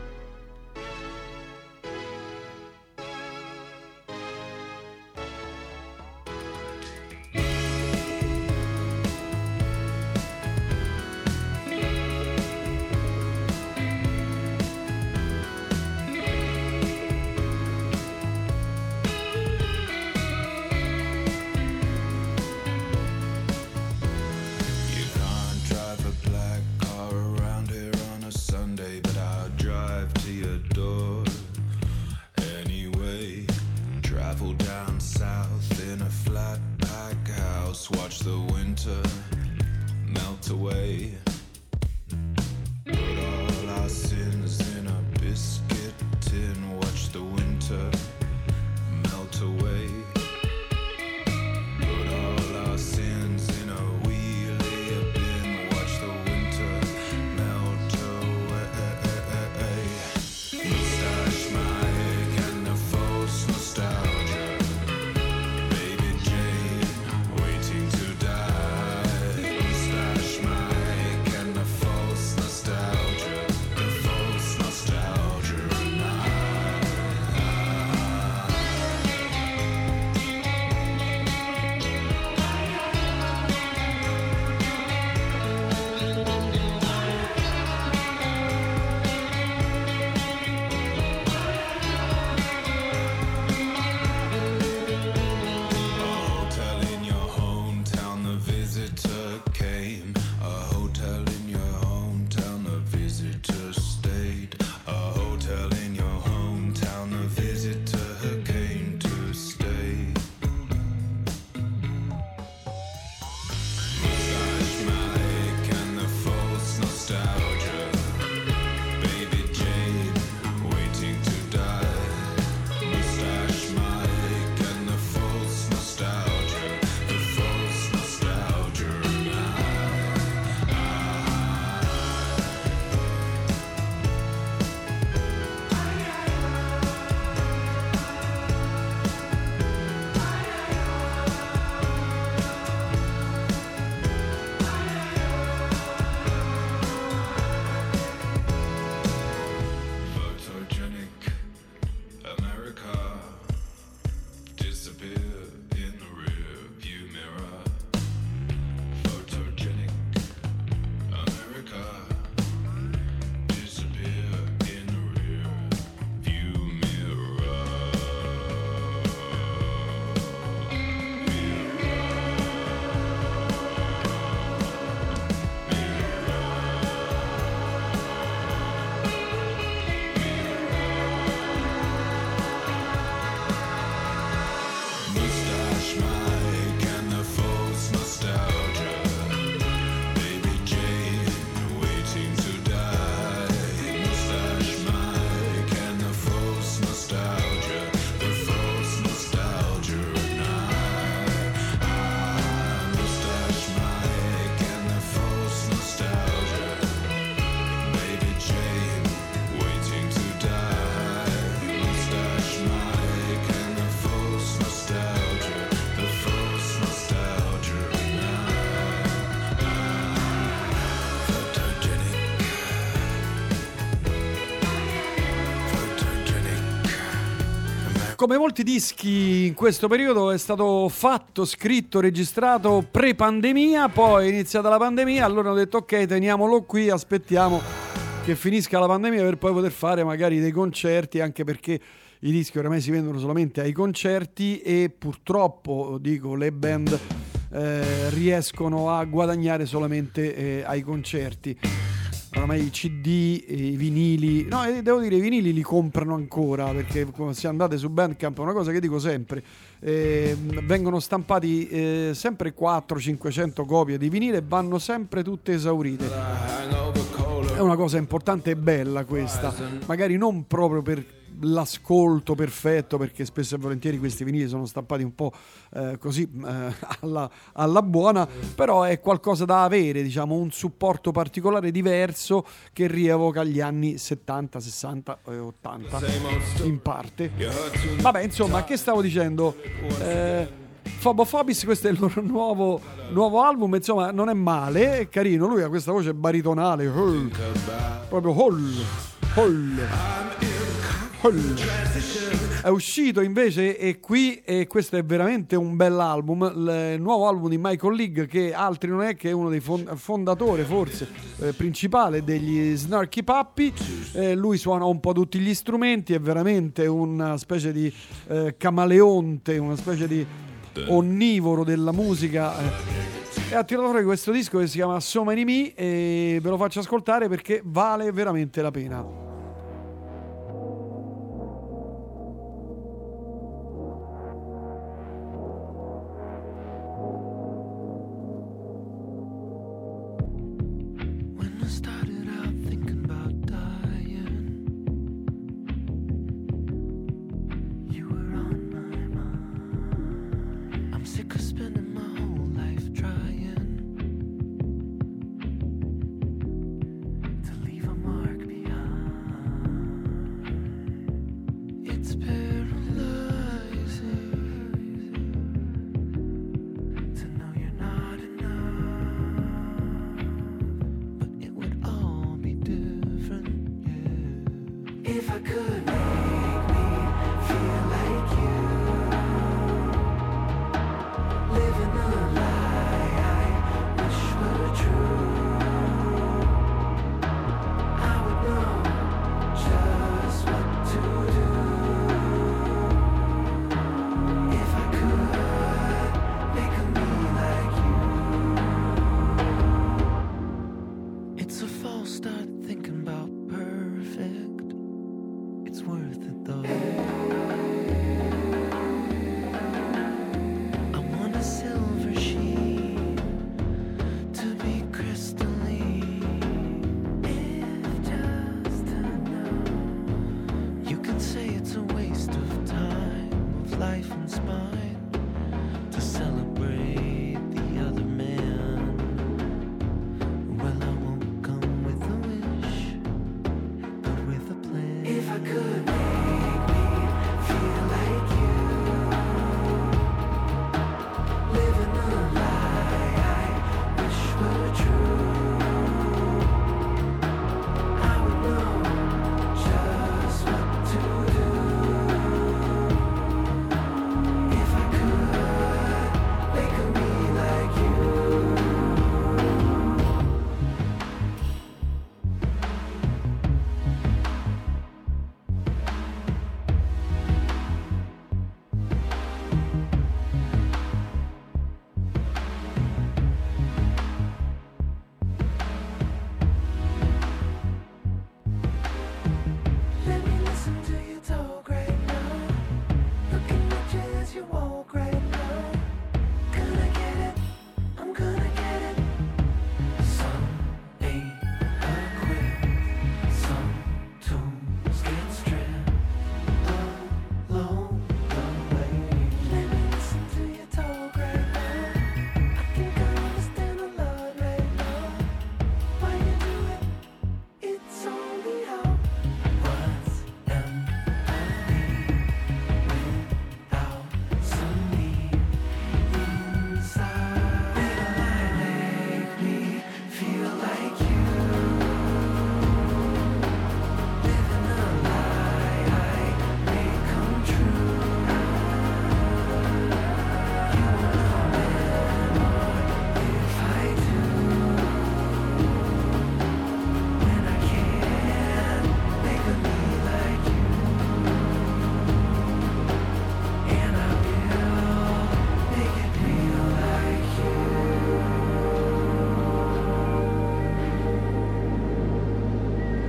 Watch the winter melt away. Put all our sins in a biscuit tin. Watch the winter melt away. Put all our sins in a wheelie bin. Watch the winter melt away. Mustache Mike and the false nostalgia. Baby Jane waiting to die. Mustache Mike and the false nostalgia. The false nostalgia and a hotel in your hometown, the visitor came. A hotel in your hometown, the visitor stayed. A hotel in your hometown, the visitor came to stay. Mustache Mike and the false nostalgia. Baby Jane waiting to die. Mustache Mike and the false nostalgia. The false nostalgia and photogenic America disappear in the rear view mirror. Photogenic America disappear in the rear view mirror. Mustache Mike and the false nostalgia. Baby Jane waiting to die. Mustache Mike and the false nostalgia. The false nostalgia and Mustache Mike and the false nostalgia. Baby Jane waiting to die. Mustache Mike and the false nostalgia. The false nostalgia and Come molti dischi in questo periodo è stato fatto, scritto, registrato pre-pandemia, poi è iniziata la pandemia, allora hanno detto ok, teniamolo qui, aspettiamo che finisca la pandemia per poi poter fare magari dei concerti, anche perché i dischi oramai si vendono solamente ai concerti e purtroppo, dico, le band riescono a guadagnare solamente ai concerti. Oramai i CD, i vinili, no, devo dire i vinili li comprano ancora, perché se andate su Bandcamp è una cosa che dico sempre, vengono stampati sempre 400-500 copie di vinile e vanno sempre tutte esaurite. È una cosa importante e bella questa, magari non proprio per l'ascolto perfetto, perché spesso e volentieri questi vinili sono stampati un po' così alla buona, però è qualcosa da avere, diciamo, un supporto particolare diverso che rievoca gli anni 70, 60 e 80 in parte. Vabbè, insomma, che stavo dicendo? Phobos, questo è il loro nuovo album, insomma non è male, è carino, lui ha questa voce baritonale, proprio è uscito invece e questo è veramente un bell'album, il nuovo album di Michael League, che altri non è che uno dei fondatori forse principale degli Snarky Puppy. Lui suona un po' tutti gli strumenti, è veramente una specie di camaleonte, una specie di onnivoro della musica, e ha tirato fuori questo disco che si chiama So Many Me e ve lo faccio ascoltare perché vale veramente la pena. If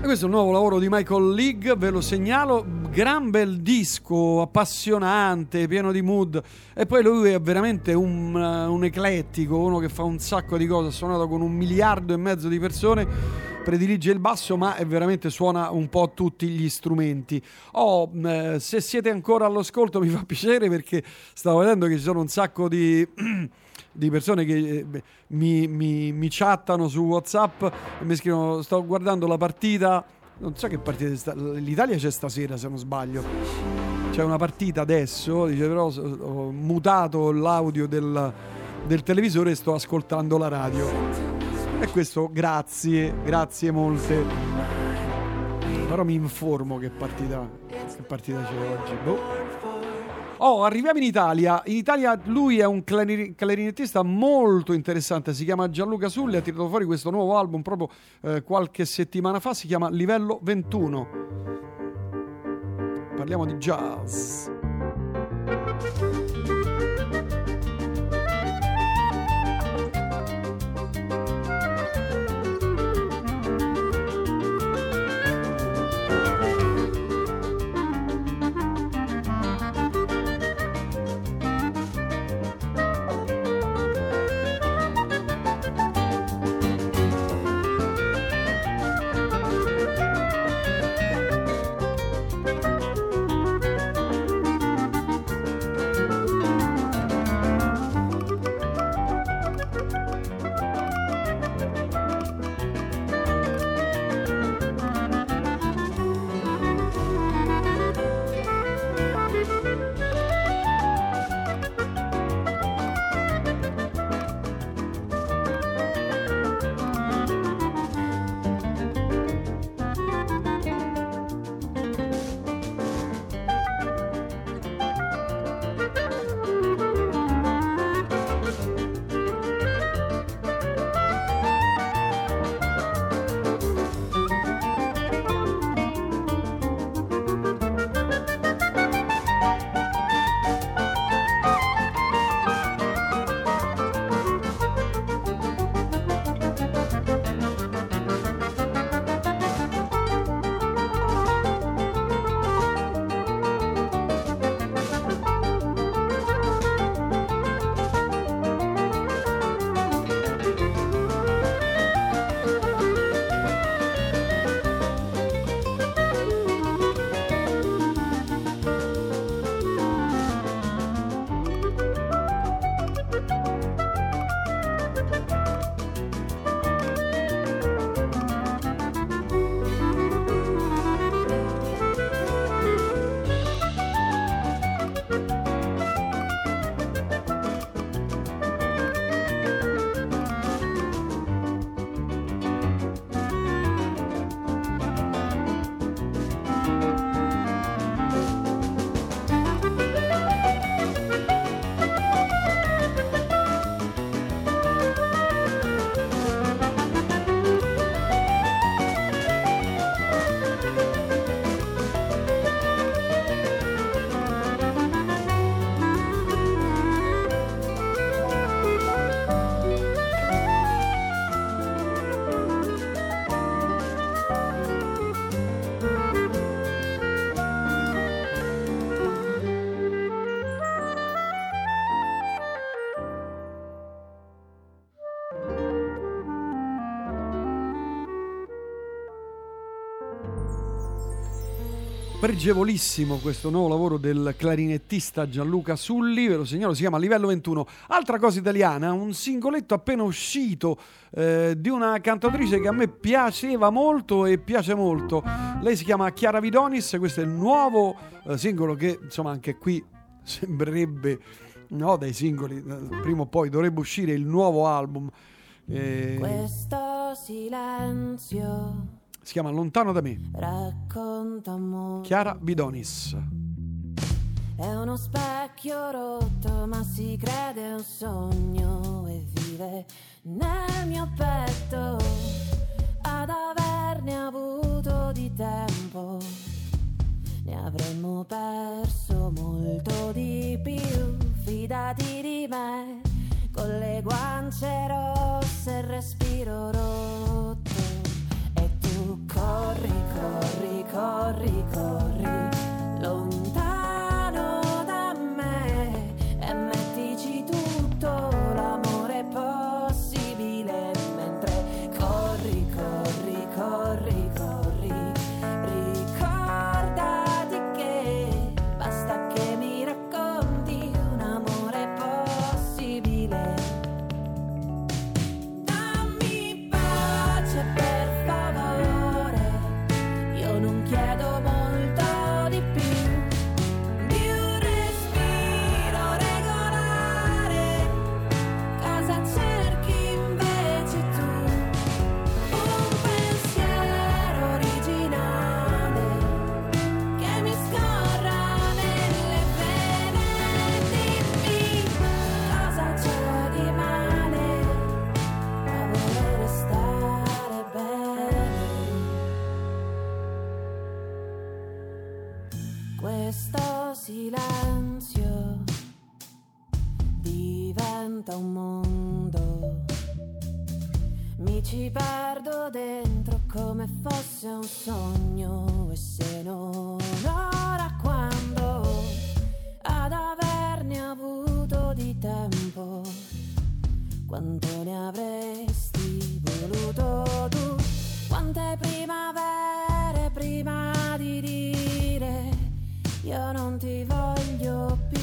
questo è il nuovo lavoro di Michael League, ve lo segnalo, gran bel disco, appassionante, pieno di mood, e poi lui è veramente un eclettico, uno che fa un sacco di cose, ha suonato con 1,5 miliardi di persone, predilige il basso ma è veramente suona un po' tutti gli strumenti. Se siete ancora all'ascolto mi fa piacere, perché stavo vedendo che ci sono un sacco di persone che mi chattano su WhatsApp e mi scrivono: sto guardando la partita, non so che partita l'Italia c'è stasera se non sbaglio, c'è una partita adesso, dice, però ho mutato l'audio del televisore e sto ascoltando la radio, e questo grazie molte, però mi informo che partita c'è oggi. Arriviamo in Italia. In Italia lui è un clarinettista molto interessante, si chiama Gianluca Sulli, ha tirato fuori questo nuovo album proprio qualche settimana fa, si chiama Livello 21. Parliamo di jazz. Pregevolissimo questo nuovo lavoro del clarinettista Gianluca Sulli, ve lo segnalo, si chiama Livello 21. Altra cosa italiana, un singoletto appena uscito di una cantatrice che a me piaceva molto e piace molto. Lei si chiama Chiara Vidonis, questo è il nuovo singolo che insomma anche qui sembrerebbe dai singoli, prima o poi dovrebbe uscire il nuovo album. Questo silenzio si chiama Lontano da me. Racconta amore. Chiara Vidonis. È uno specchio rotto, ma si crede un sogno e vive nel mio petto. Ad averne avuto di tempo, ne avremmo perso molto di più. Fidati di me, con le guance rosse e il respiro rotto. corri, corri, corri, corri, lontano da me e mettici tutto l'amore possibile mentre corri, corri, corri, corri, ricordati che basta che mi racconti un amore possibile. Dammi pace per favore, io non chiedo molto di più un respiro regolare, cosa cerchi invece tu? Un pensiero originale che mi scorra nelle vene, dimmi cosa c'è di male a volere stare bene. Questo silenzio diventa un mondo, mi ci perdo dentro come fosse un sogno, e se non ora quando ad averne avuto di tempo, quanto ne avresti voluto tu, quante primavere prima di dire io non ti voglio più.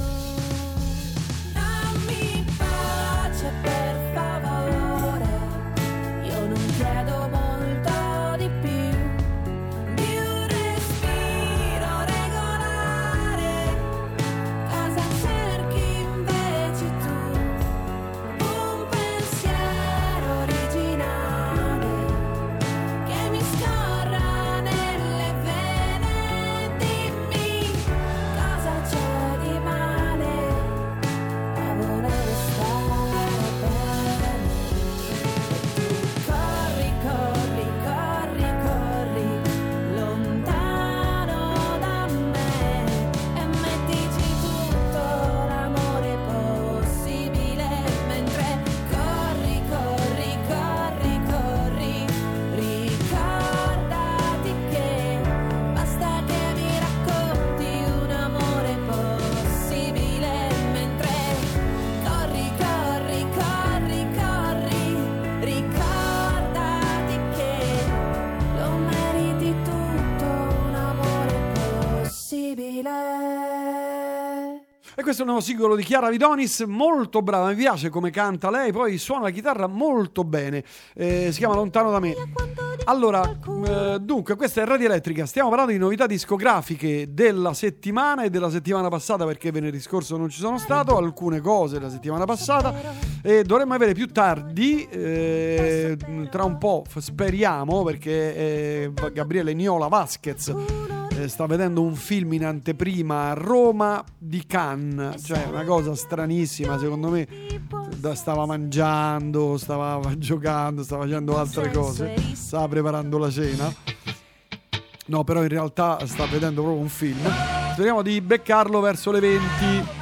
Dammi pace per favore, io non chiedo molto di più un respiro regolare, cosa cerchi invece tu? Un pensiero originale che mi scorra nelle vene, dimmi cosa c'è di male a volere stare bene. Corri, corri, corri, corri, lontano da me e mettici tutto l'amore possibile mentre corri, corri, corri, corri, ricordati che basta che mi racconti un amore possibile mentre corri, corri, corri, corri, ricordati che lo meriti tutto un amore possibile. E questo è un nuovo singolo di Chiara Vidonis, molto brava, mi piace come canta lei, poi suona la chitarra molto bene, si chiama Lontano da me. Allora, dunque, questa è Radio Elettrica, stiamo parlando di novità discografiche della settimana e della settimana passata, perché venerdì scorso non ci sono stato, alcune cose la settimana passata, e dovremmo avere più tardi, tra un po', speriamo, perché Gabriele Niola Vasquez sta vedendo un film in anteprima a Roma di Cannes, cioè una cosa stranissima, secondo me stava mangiando, stava giocando, stava facendo altre cose, stava preparando la cena, no, però in realtà sta vedendo proprio un film. Speriamo di beccarlo verso le 20.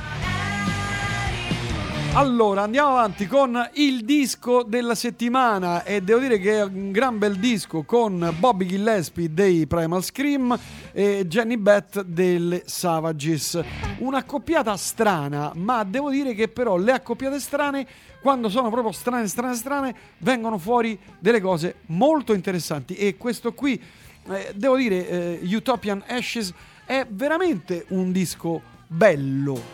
Allora, andiamo avanti con il disco della settimana, e devo dire che è un gran bel disco con Bobby Gillespie dei Primal Scream e Jenny Beth delle Savages. Un'accoppiata strana, ma devo dire che però le accoppiate strane, quando sono proprio strane, vengono fuori delle cose molto interessanti, e questo qui, devo dire, Utopian Ashes è veramente un disco bello.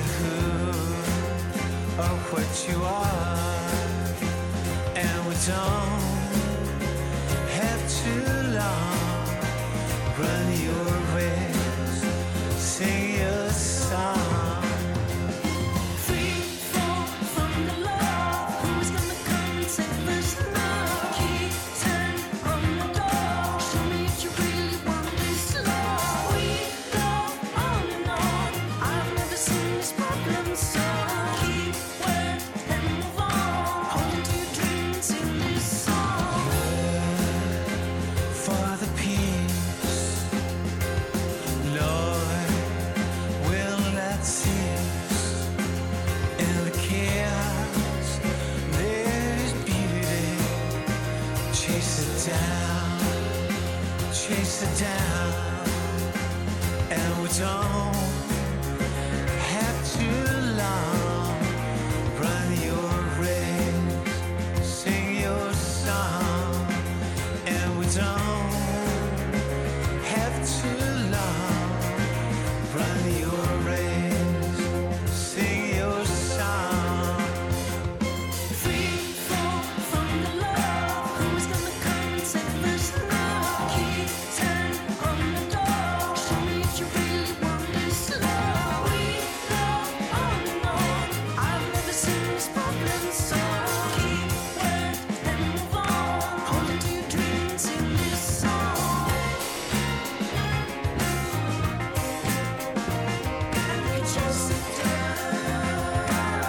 could of what you are, and we don't have too long. Run your race, sing your song. Chase it down, and we don't have too long. Run your race, sing your song, and we don't have too long. Run your race, sing your song. Free fall from the love, who's gonna come take this love? Keep on the door, show me if you really want this love. We go on and on, I've never seen this problem so. Keep wet and move on, hold on to your dreams in this song. And we just sit down.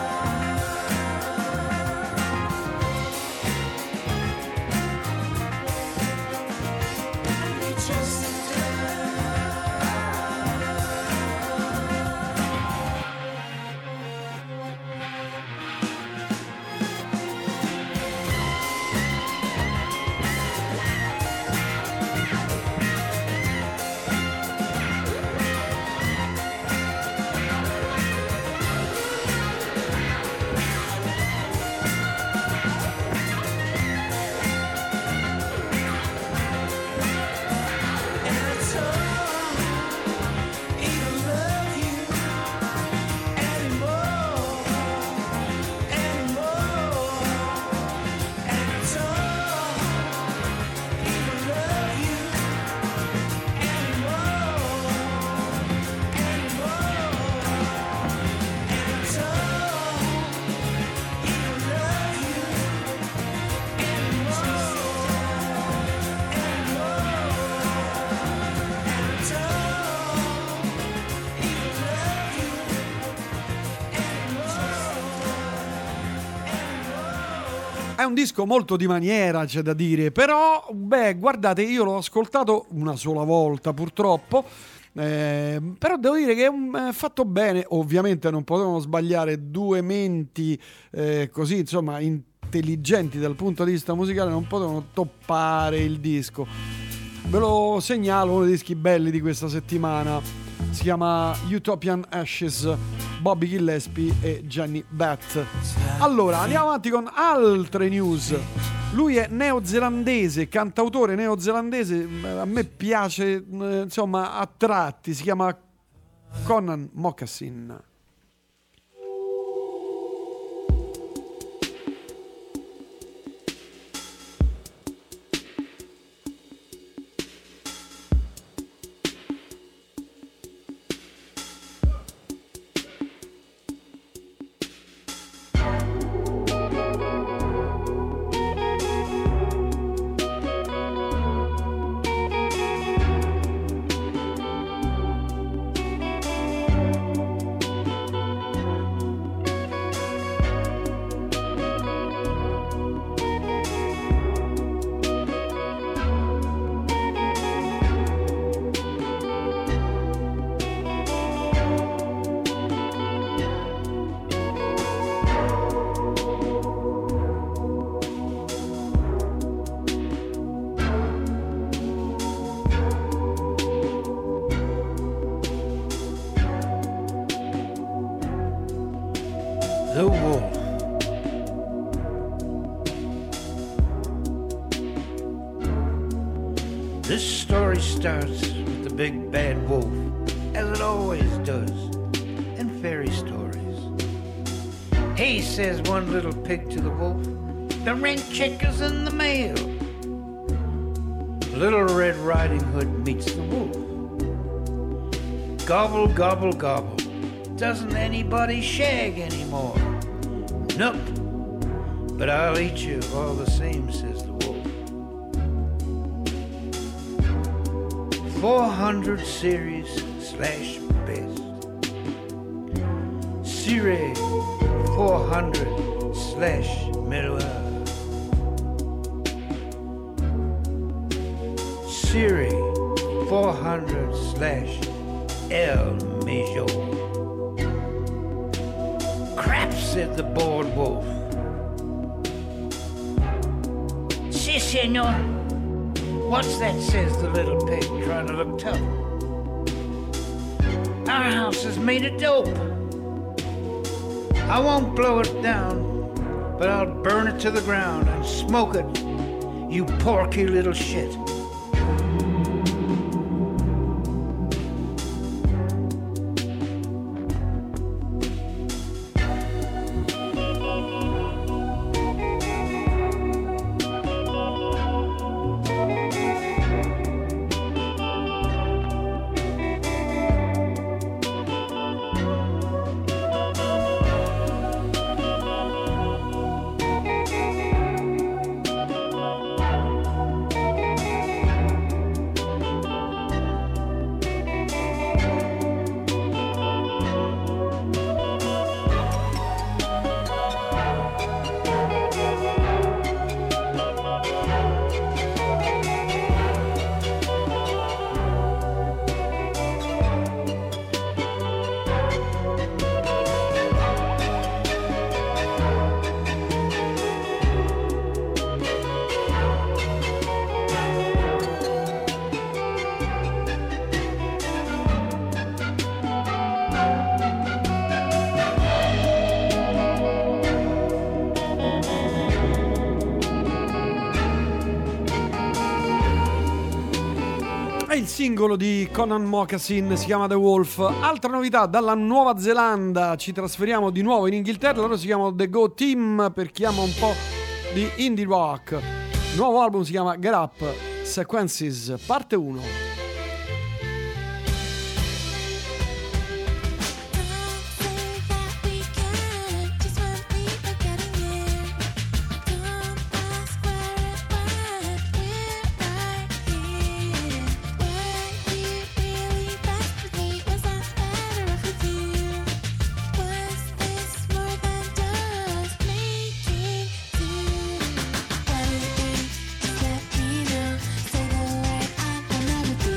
And we just sit È un disco molto di maniera, c'è da dire, però, beh, guardate, io l'ho ascoltato una sola volta, purtroppo, però devo dire che è fatto bene. Ovviamente non potevano sbagliare due menti così, insomma, intelligenti dal punto di vista musicale, non potevano toppare il disco. Ve lo segnalo, uno dei dischi belli di questa settimana. Si chiama Utopian Ashes, Bobby Gillespie e Jenny Beth. Allora, andiamo avanti con altre news. Lui è neozelandese, cantautore neozelandese, a me piace, insomma, a tratti. Si chiama Conan Moccasin. The Wall. This story starts with the big bad wolf, as it always does in fairy stories. Hey, says one little pig to the wolf, the rent check is in the mail. Little Red Riding Hood meets the wolf. Gobble, gobble, gobble. Doesn't anybody shag anymore? Nope. But I'll eat you all the same, says the wolf. 400 series / best. Series 400 / middleware. Series 400 / El Major. Crap, said the bored wolf. Si, senor. What's that, says the little pig, trying to look tough. Our house is made of dope. I won't blow it down, but I'll burn it to the ground and smoke it, you porky little shit. Il singolo di Conan Moccasin si chiama The Wolf. Altra novità dalla Nuova Zelanda, ci trasferiamo di nuovo in Inghilterra. Loro si chiamano The Go Team, per chi ama un po' di indie rock. Il nuovo album si chiama Get Up Sequences parte 1. Never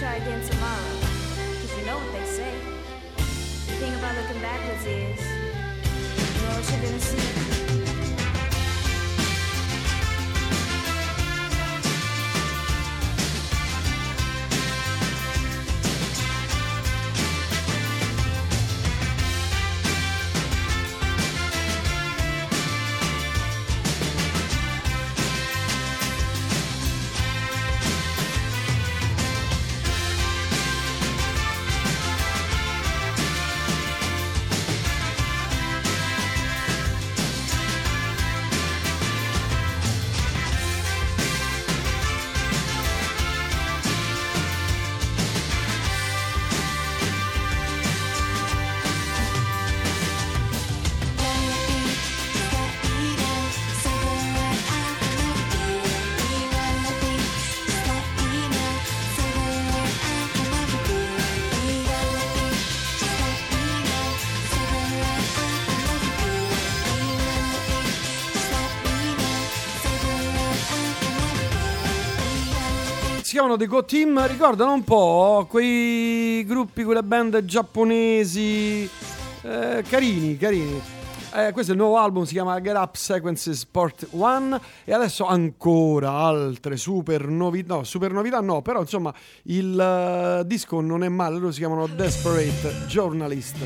try again tomorrow. Cause you know what they say. The thing about looking backwards is, you know what you're gonna see. Si chiamano The Go Team, ricordano un po' quei gruppi, quelle band giapponesi, carini. Questo è il nuovo album, si chiama Get Up Sequences Part 1 e adesso ancora altre super novità no, però insomma il disco non è male, loro si chiamano Desperate Journalist.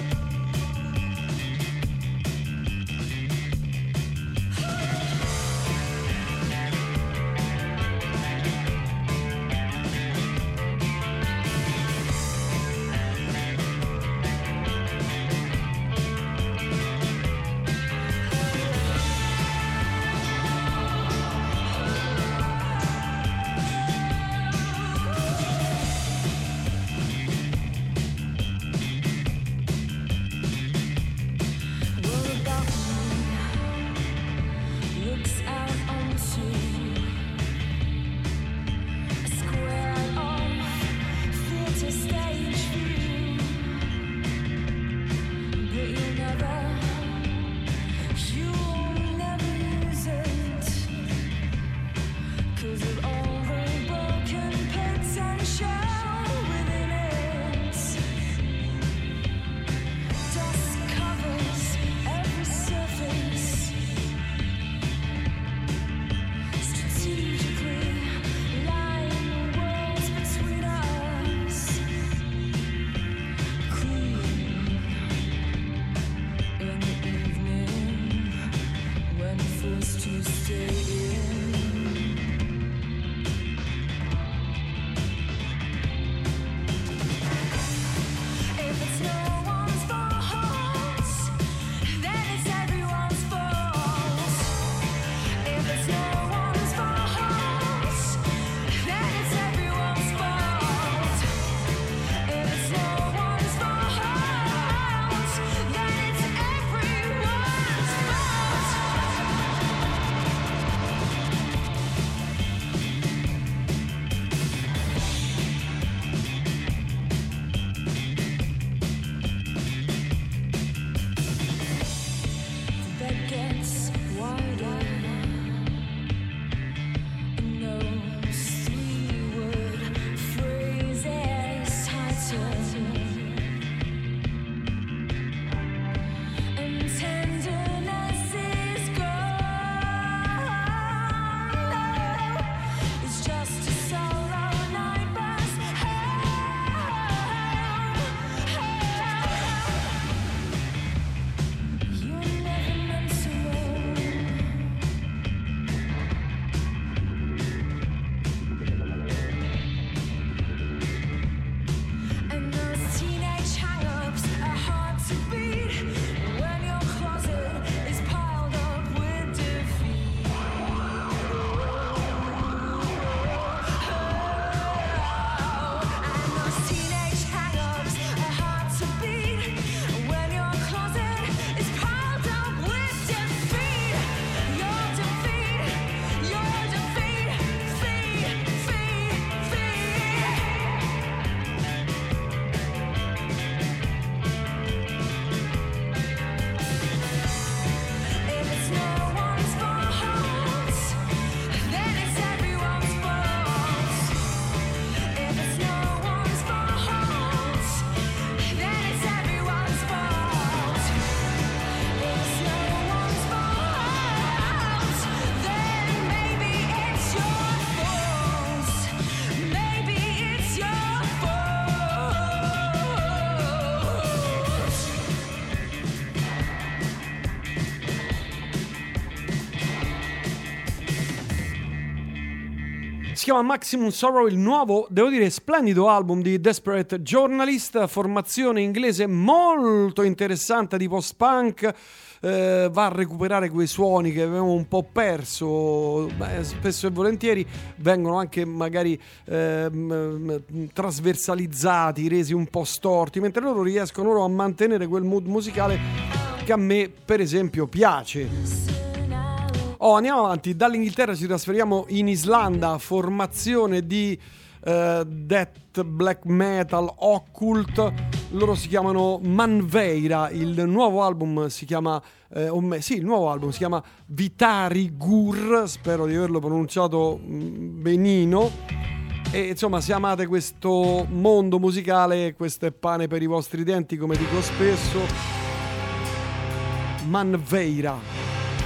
Si chiama Maximum Sorrow, il nuovo, devo dire, splendido album di Desperate Journalist, formazione inglese molto interessante di post-punk. Va a recuperare quei suoni che avevamo un po' perso. Spesso e volentieri vengono anche magari trasversalizzati, resi un po' storti, mentre loro riescono a mantenere quel mood musicale che a me per esempio piace. Andiamo avanti, dall'Inghilterra ci trasferiamo in Islanda, formazione di death black metal occult. Loro si chiamano Manveira, il nuovo album si chiama il nuovo album si chiama Vitari Gur, spero di averlo pronunciato benino. E insomma, se amate questo mondo musicale, questo è pane per i vostri denti, come dico spesso. Manveira.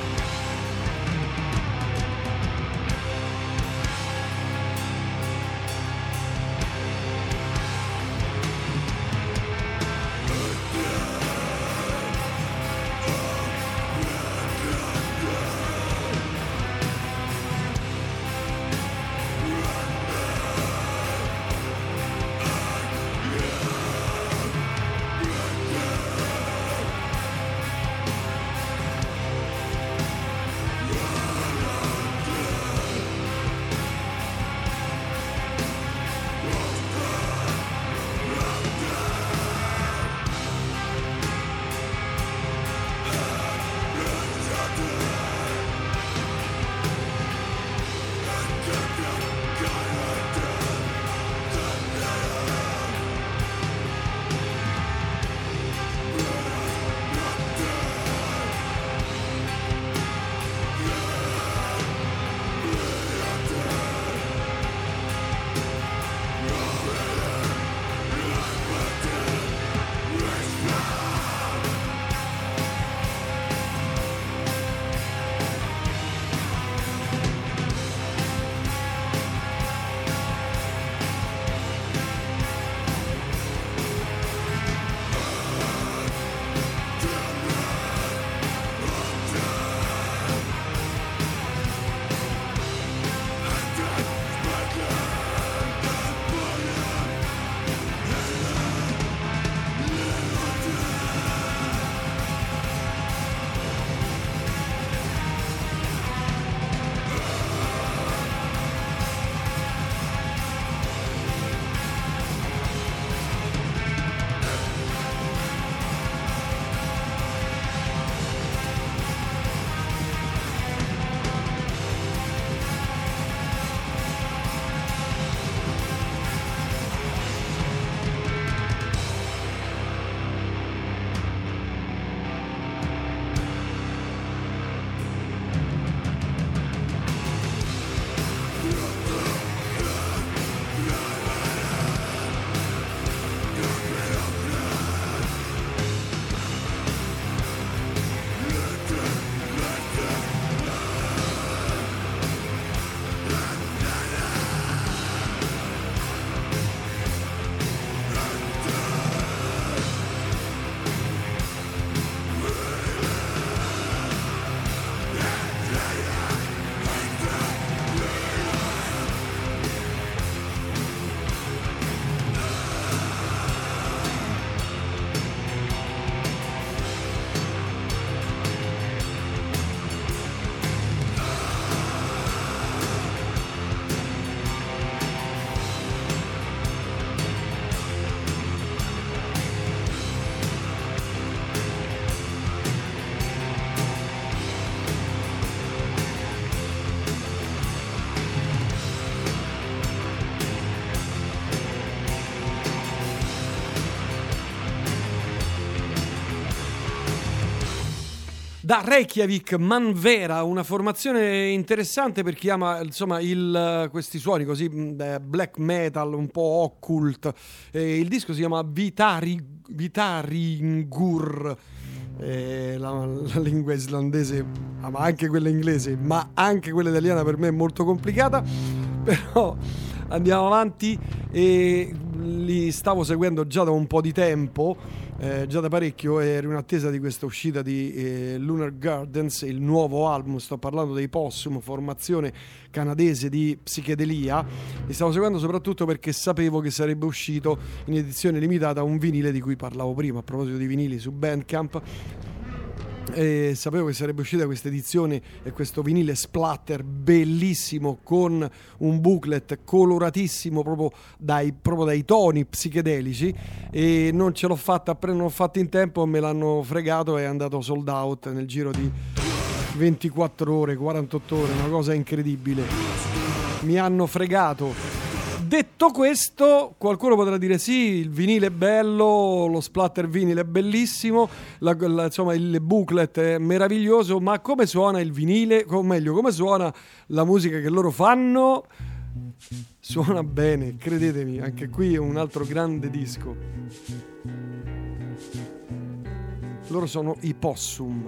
Da Reykjavik, Manvera, una formazione interessante per chi ama insomma questi suoni così black metal, un po' occult. Il disco si chiama Vitaringur. La lingua islandese, ma anche quella inglese, ma anche quella italiana per me è molto complicata. Però Andiamo avanti, e li stavo seguendo già da un po' di tempo, già da parecchio, ero in attesa di questa uscita di Lunar Gardens, il nuovo album. Sto parlando dei Possum, formazione canadese di psichedelia. Li stavo seguendo soprattutto perché sapevo che sarebbe uscito in edizione limitata un vinile di cui parlavo prima, a proposito di vinili su Bandcamp. E sapevo che sarebbe uscita questa edizione e questo vinile splatter bellissimo con un booklet coloratissimo proprio dai toni psichedelici, e non ce l'ho fatta, non l'ho fatto in tempo, me l'hanno fregato e è andato sold out nel giro di 24 ore, 48 ore, una cosa incredibile, mi hanno fregato. Detto questo, qualcuno potrà dire sì, il vinile è bello, lo splatter vinile è bellissimo, insomma il booklet è meraviglioso, ma come suona il vinile? O meglio, come suona la musica che loro fanno? Suona bene, credetemi, anche qui è un altro grande disco. Loro sono i Possum.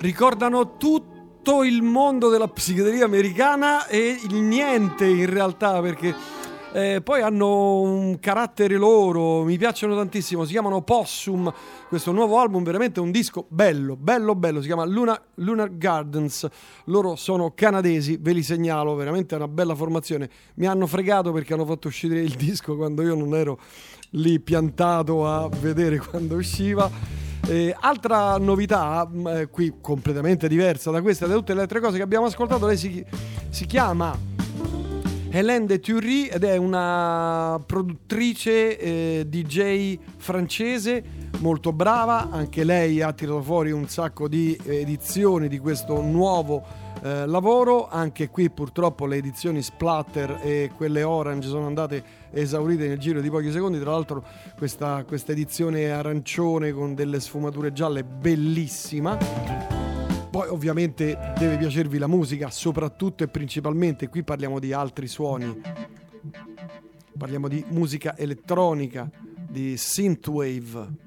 ricordano tutto il mondo della psichedelia americana e il niente in realtà, perché poi hanno un carattere loro, mi piacciono tantissimo, si chiamano Possum, questo nuovo album, veramente un disco bello, si chiama Lunar Gardens, loro sono canadesi, ve li segnalo, veramente è una bella formazione, mi hanno fregato perché hanno fatto uscire il disco quando io non ero lì piantato a vedere quando usciva. Altra novità, qui completamente diversa da questa e da tutte le altre cose che abbiamo ascoltato, lei si chiama Hélène de Thury ed è una produttrice DJ francese molto brava, anche lei ha tirato fuori un sacco di edizioni di questo nuovo lavoro, anche qui purtroppo le edizioni Splatter e quelle Orange sono andate esaurite nel giro di pochi secondi, tra l'altro questa edizione arancione con delle sfumature gialle bellissima. Poi ovviamente deve piacervi la musica, soprattutto e principalmente, qui parliamo di altri suoni, parliamo di musica elettronica, di synthwave.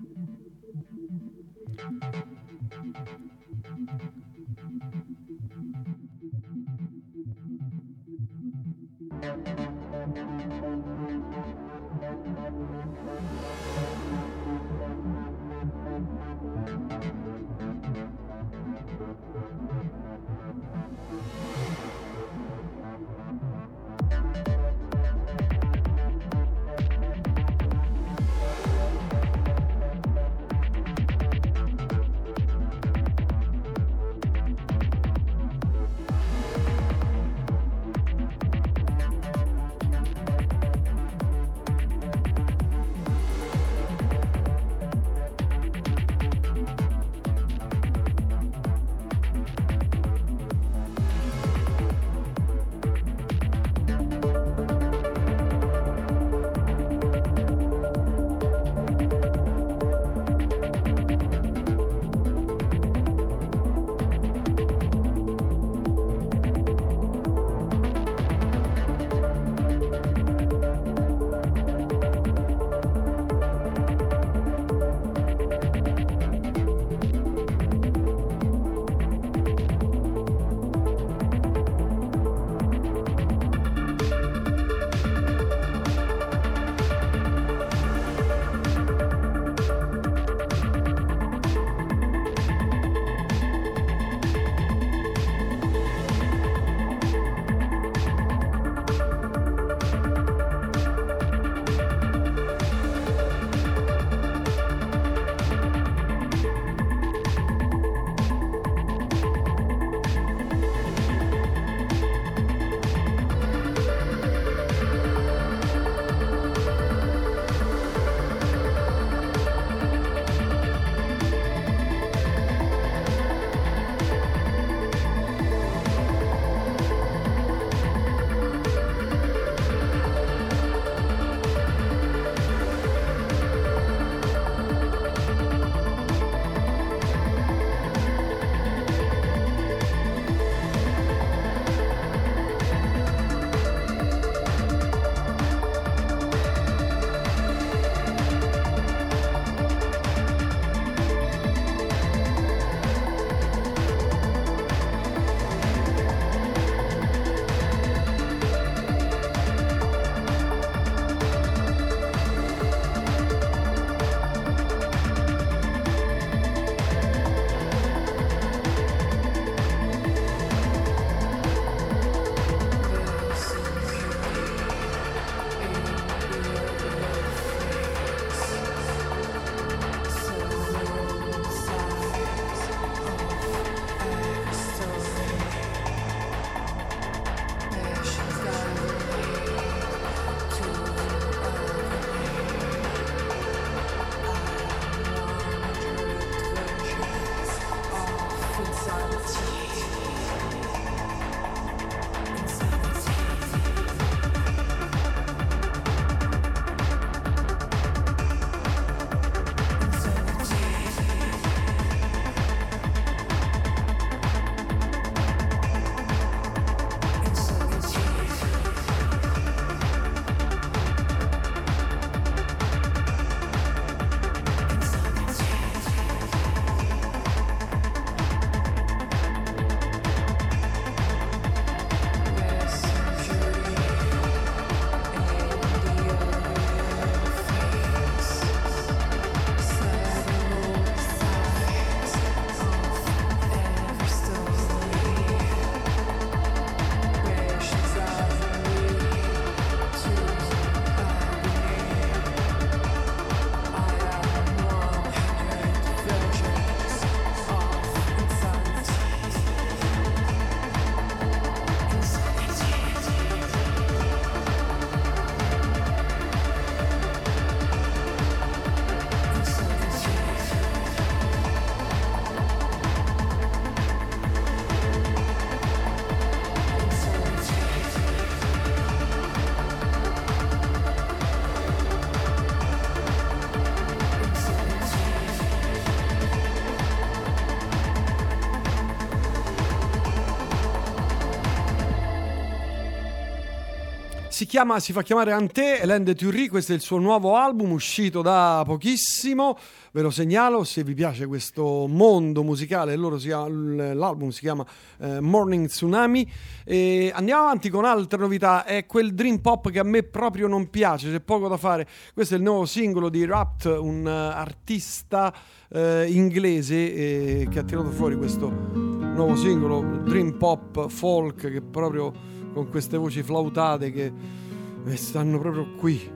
si fa chiamare Ante, Hélène de Turri, questo è il suo nuovo album uscito da pochissimo, ve lo segnalo se vi piace questo mondo musicale. L'album si chiama Morning Tsunami. E andiamo avanti con altre novità. È quel dream pop che a me proprio non piace, c'è poco da fare. Questo è il nuovo singolo di Rapt, un artista inglese che ha tirato fuori questo nuovo singolo dream pop folk, che proprio con queste voci flautate che stanno proprio qui.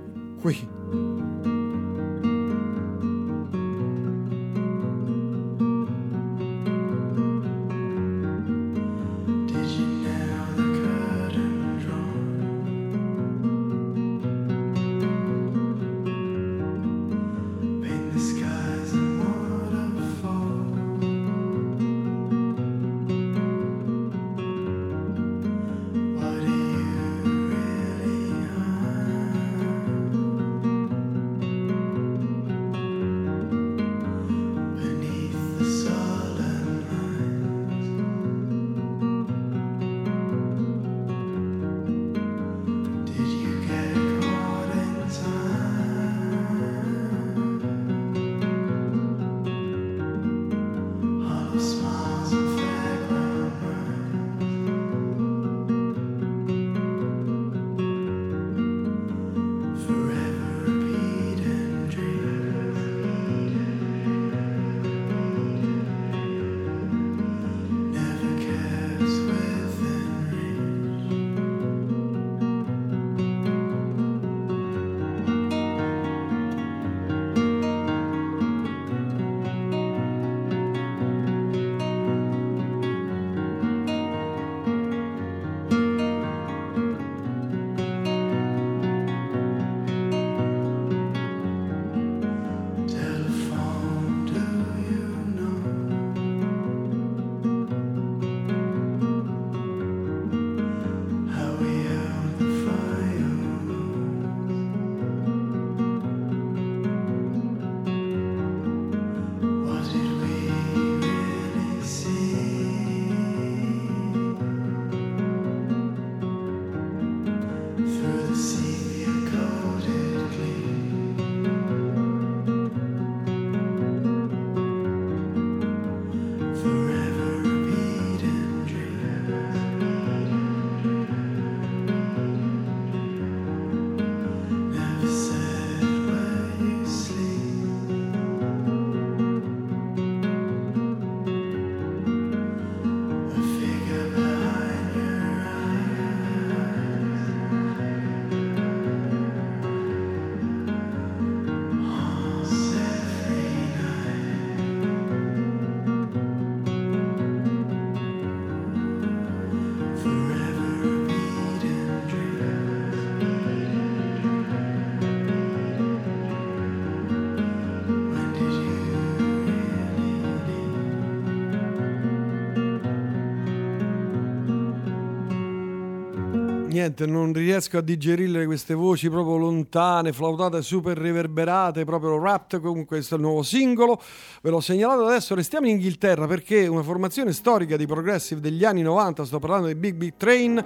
Niente, non riesco a digerire queste voci proprio lontane, flautate, super riverberate, proprio Rapt. Comunque questo è il nuovo singolo, ve l'ho segnalato adesso. Restiamo in Inghilterra perché una formazione storica di progressive degli anni 90, sto parlando di Big Big Train,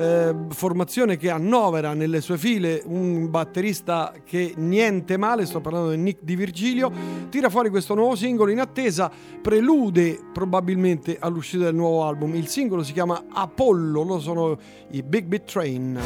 formazione che annovera nelle sue file un batterista che niente male, sto parlando di Nick Di Virgilio, tira fuori questo nuovo singolo in attesa, prelude probabilmente all'uscita del nuovo album. Il singolo si chiama Apollo, lo sono i Big Big Train.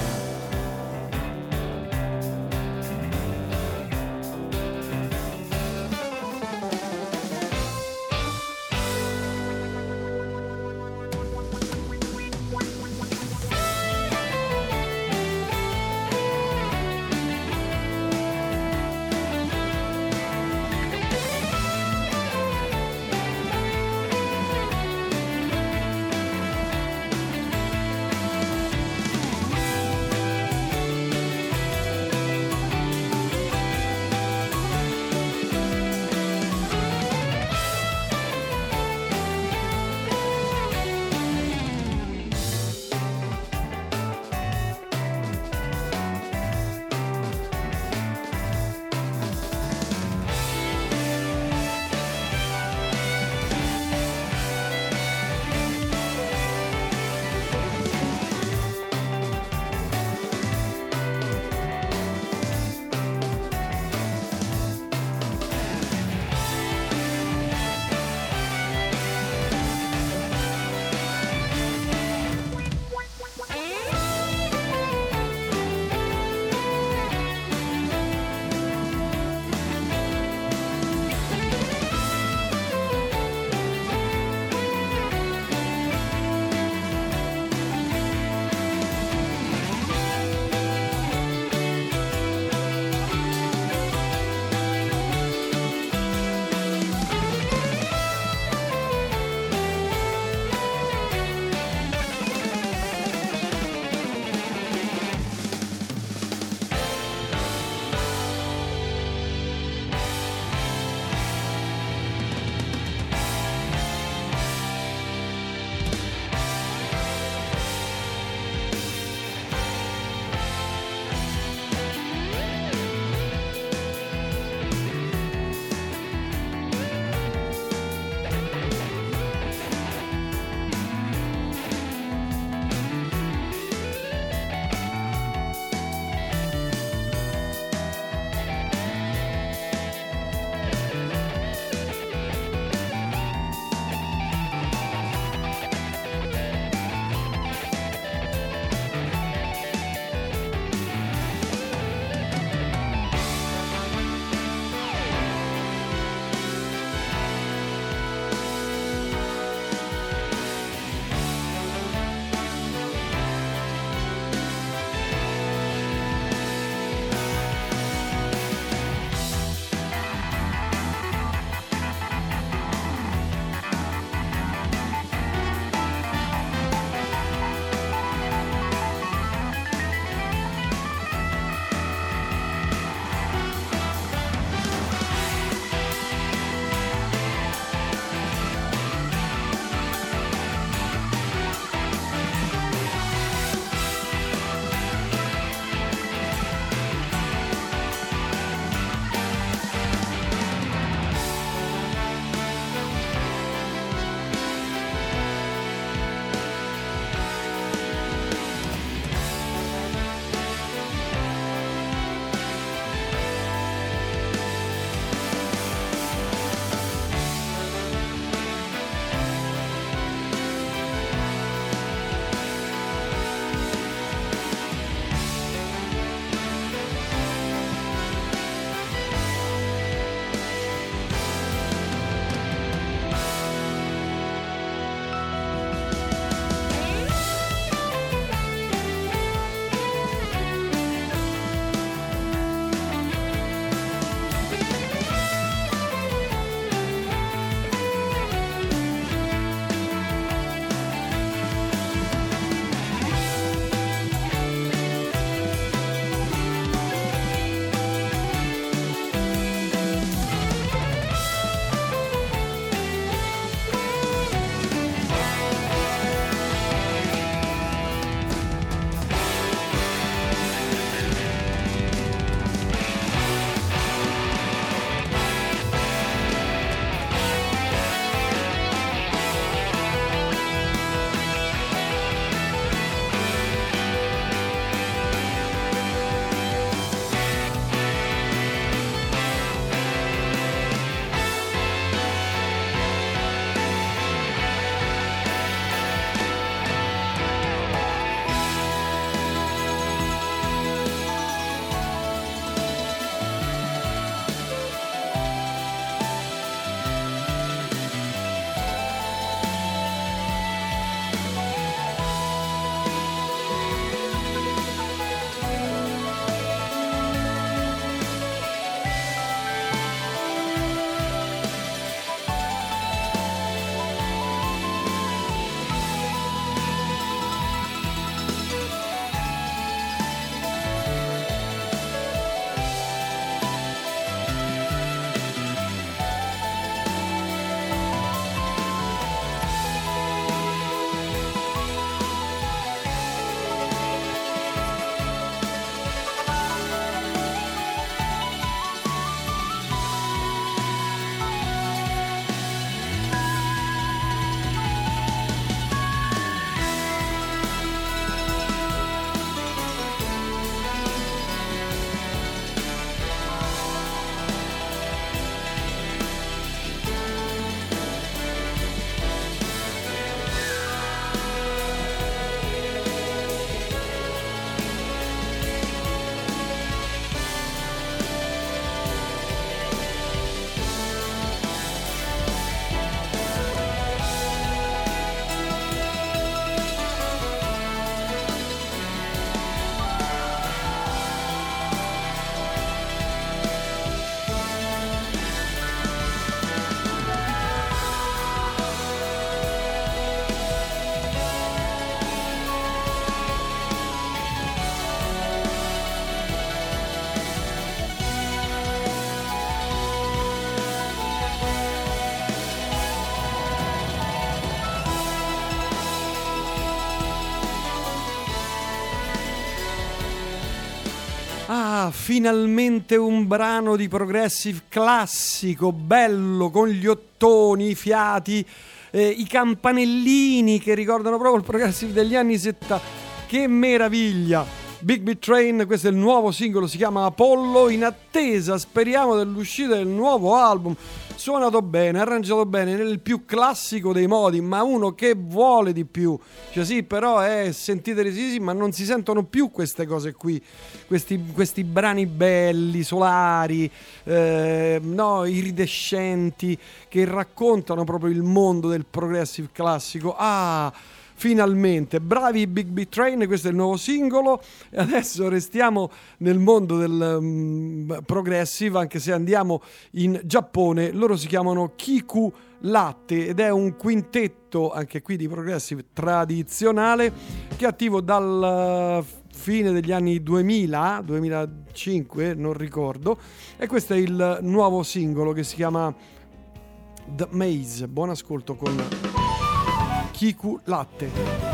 Ah, finalmente un brano di progressive classico, bello, con gli ottoni, i fiati, i campanellini che ricordano proprio il progressive degli anni 70. Che meraviglia! Big Beat Train, questo è il nuovo singolo, si chiama Apollo, in attesa, speriamo, dell'uscita del nuovo album. Suonato bene, arrangiato bene, nel più classico dei modi, ma uno che vuole di più. Cioè sì, però sentite, sì, ma non si sentono più queste cose qui, questi brani belli, solari, no, iridescenti, che raccontano proprio il mondo del progressive classico. Ah, finalmente, bravi Big Beat Train, questo è il nuovo singolo. E adesso restiamo nel mondo del progressive, anche se andiamo in Giappone. Loro si chiamano Kiku Latte ed è un quintetto, anche qui di progressive tradizionale, che è attivo dal fine degli anni 2000, 2005, non ricordo. E questo è il nuovo singolo che si chiama The Maze. Buon ascolto con Kiku Latte.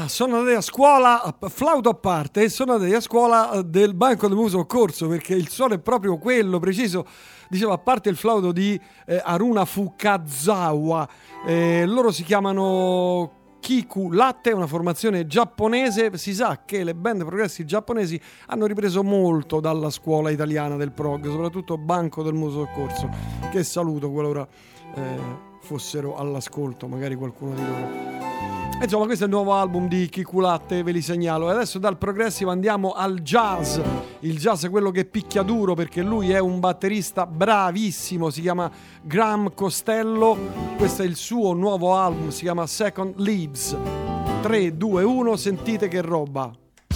sono andati a scuola, flauto a parte, sono andati a scuola del Banco del Mutuo Soccorso, perché il suono è proprio quello preciso. Dicevo, a parte il flauto di Haruna Fukazawa, loro si chiamano Kiku Latte, una formazione giapponese. Si sa che le band progressi giapponesi hanno ripreso molto dalla scuola italiana del prog, soprattutto Banco del Mutuo Soccorso, che saluto qualora fossero all'ascolto, magari qualcuno di loro. Insomma, questo è il nuovo album di Kiku Latte, ve li segnalo. E adesso dal progressive andiamo al jazz. Il jazz è quello che picchia duro, perché lui è un batterista bravissimo, si chiama Graham Costello. Questo è il suo nuovo album, si chiama Second Leaves. 3, 2, 1, sentite che roba.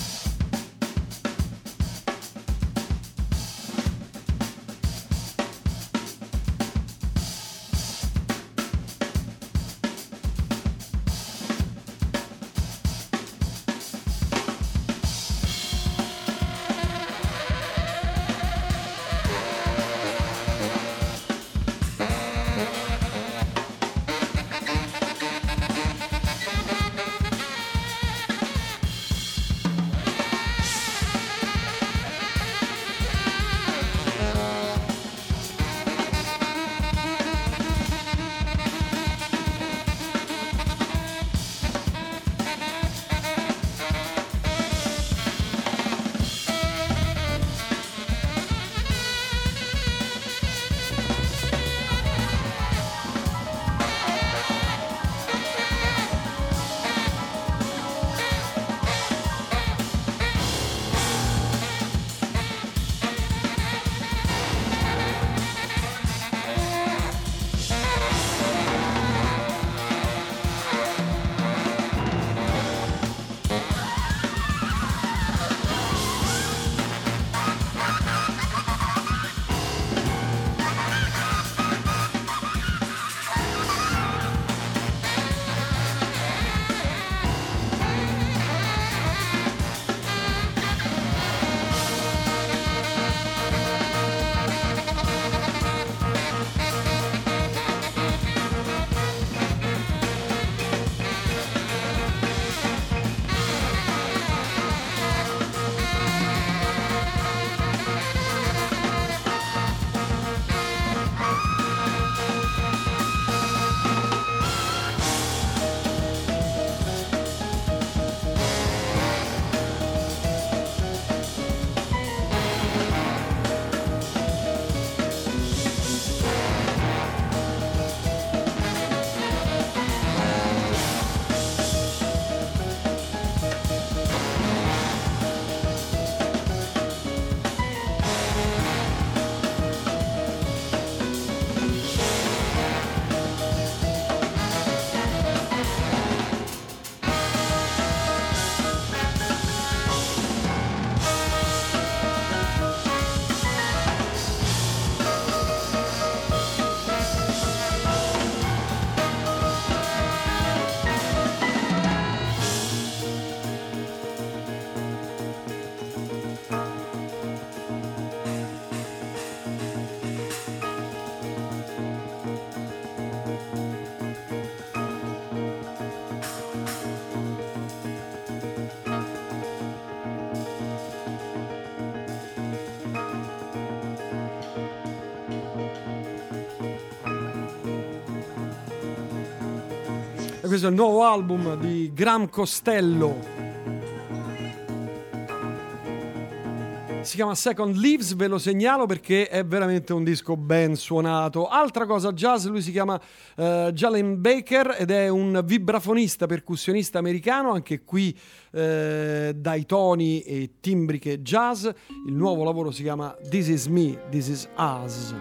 E questo è il nuovo album di Graham Costello. Si chiama Second Leaves, ve lo segnalo perché è veramente un disco ben suonato. Altra cosa jazz, lui si chiama Jalen Baker ed è un vibrafonista, percussionista americano, anche qui dai toni e timbriche jazz. Il nuovo lavoro si chiama This Is Me, This Is Us.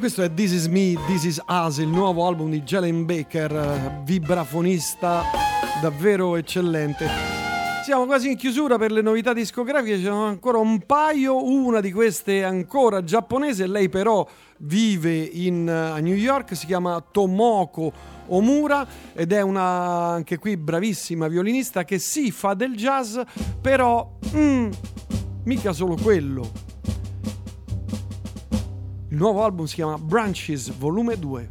questo è This Is Me, This Is Us, il nuovo album di Jalen Baker, vibrafonista davvero eccellente. Siamo quasi in chiusura per le novità discografiche, ce ne sono ancora un paio, una di queste ancora giapponese, lei però vive a New York, si chiama Tomoko Omura ed è una, anche qui, bravissima violinista che sì, fa del jazz, però mica solo quello. Il nuovo album si chiama Branches Volume 2.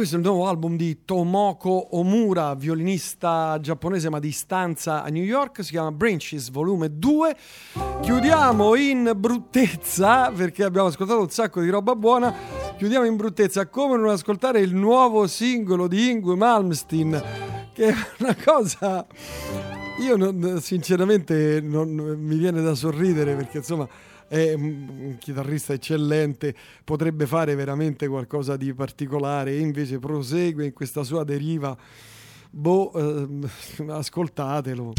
questo è il nuovo album di Tomoko Omura, violinista giapponese ma di stanza a New York, si chiama Branches Volume 2. Chiudiamo in bruttezza, perché abbiamo ascoltato un sacco di roba buona, chiudiamo in bruttezza, come non ascoltare il nuovo singolo di Yngwie Malmsteen, che è una cosa... Io sinceramente non mi viene da sorridere, perché insomma... è un chitarrista eccellente, potrebbe fare veramente qualcosa di particolare e invece prosegue in questa sua deriva. Ascoltatelo.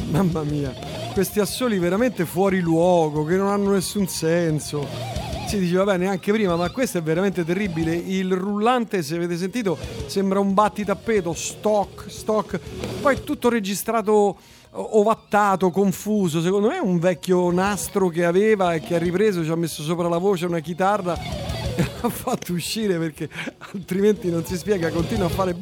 Mamma mia, questi assoli veramente fuori luogo, che non hanno nessun senso. Si diceva bene anche prima, ma questo è veramente terribile. Il rullante, se avete sentito, sembra un battitappeto, stock. Poi è tutto registrato ovattato, confuso. Secondo me è un vecchio nastro che aveva e che ha ripreso, ci ha messo sopra la voce una chitarra e l'ha fatto uscire, perché altrimenti non si spiega. Continua a fare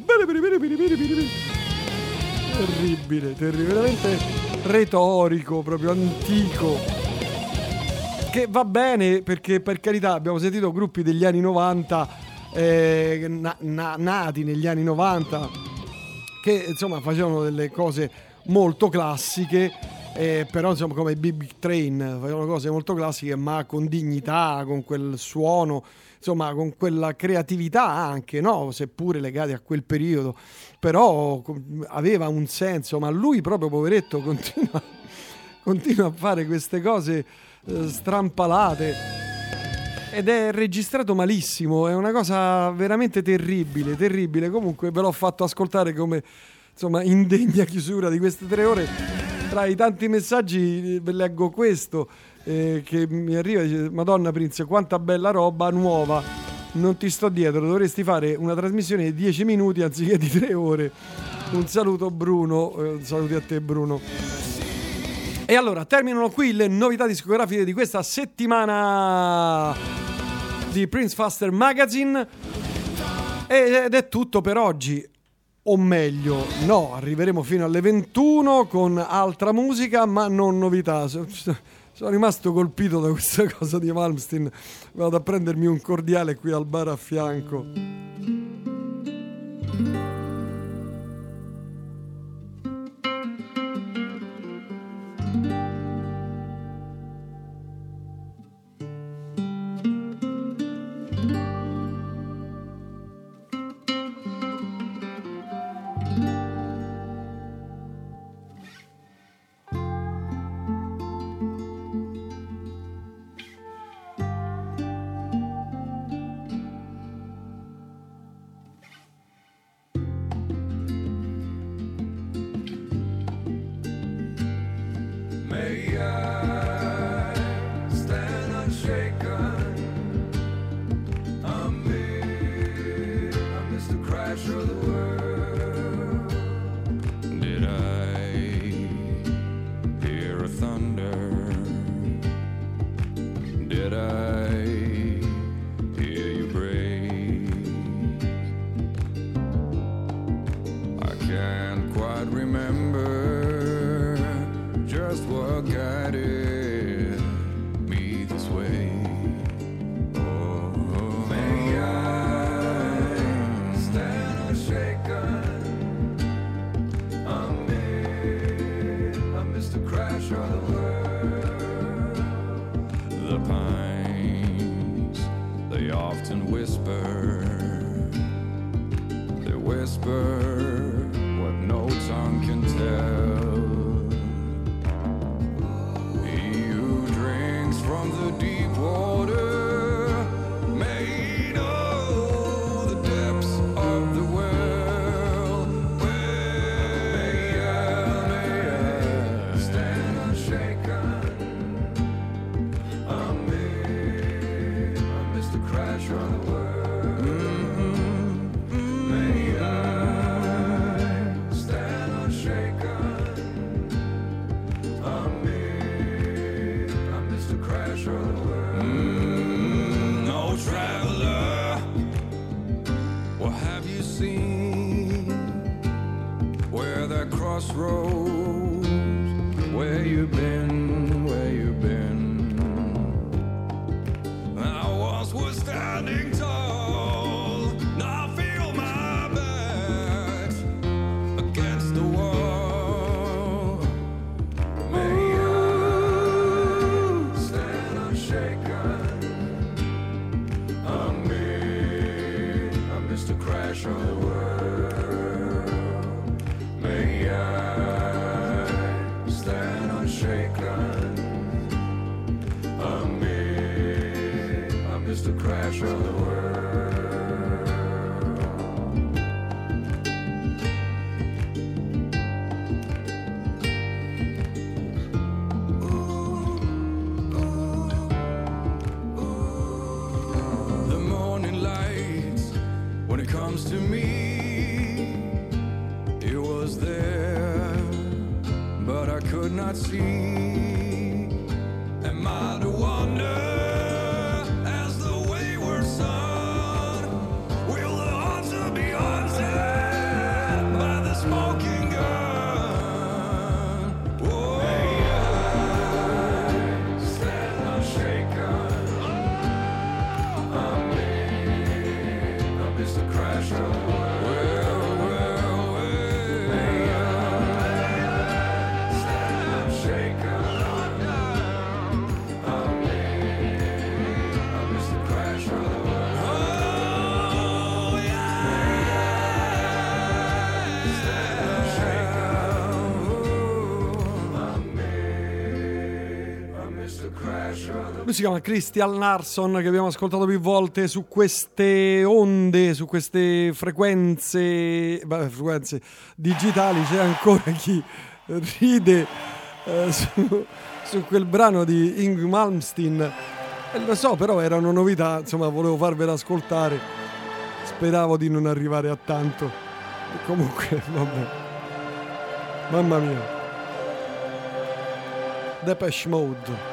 terribile, veramente retorico, proprio antico. Che va bene, perché per carità abbiamo sentito gruppi degli anni 90 nati negli anni 90 che insomma facevano delle cose molto classiche, però insomma come Big Train facevano cose molto classiche, ma con dignità, con quel suono, insomma con quella creatività anche, no? Seppure legati a quel periodo, però aveva un senso. Ma lui proprio, poveretto, continua a fare queste cose strampalate ed è registrato malissimo. È una cosa veramente terribile. Comunque ve l'ho fatto ascoltare come, insomma, indegna chiusura di queste 3 ore. Tra i tanti messaggi ve leggo questo che mi arriva, dice: Madonna Prince, quanta bella roba nuova, non ti sto dietro, dovresti fare una trasmissione di 10 minuti anziché di 3 ore. Un saluto Bruno, saluti a te Bruno. E allora terminano qui le novità discografiche di questa settimana di Prince Faster Magazine ed è tutto per oggi, o meglio no, arriveremo fino alle 21 con altra musica ma non novità. Sono rimasto colpito da questa cosa di Malmsteen, vado a prendermi un cordiale qui al bar a fianco. but I could not see. Am I to wonder as the wayward sun? Will the haunter be haunted by the smoking gun? Oh, I stand unshaken. I miss the crash of the world. Lui si chiama Christian Larsson, che abbiamo ascoltato più volte su queste onde, su queste frequenze digitali. C'è ancora chi ride su quel brano di Yngwie Malmsteen. Lo so, però era una novità, insomma, volevo farvela ascoltare. Speravo di non arrivare a tanto. E comunque, vabbè. Mamma mia. Depeche Mode.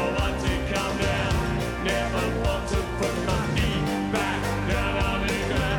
Never want to put my feet back down on the ground.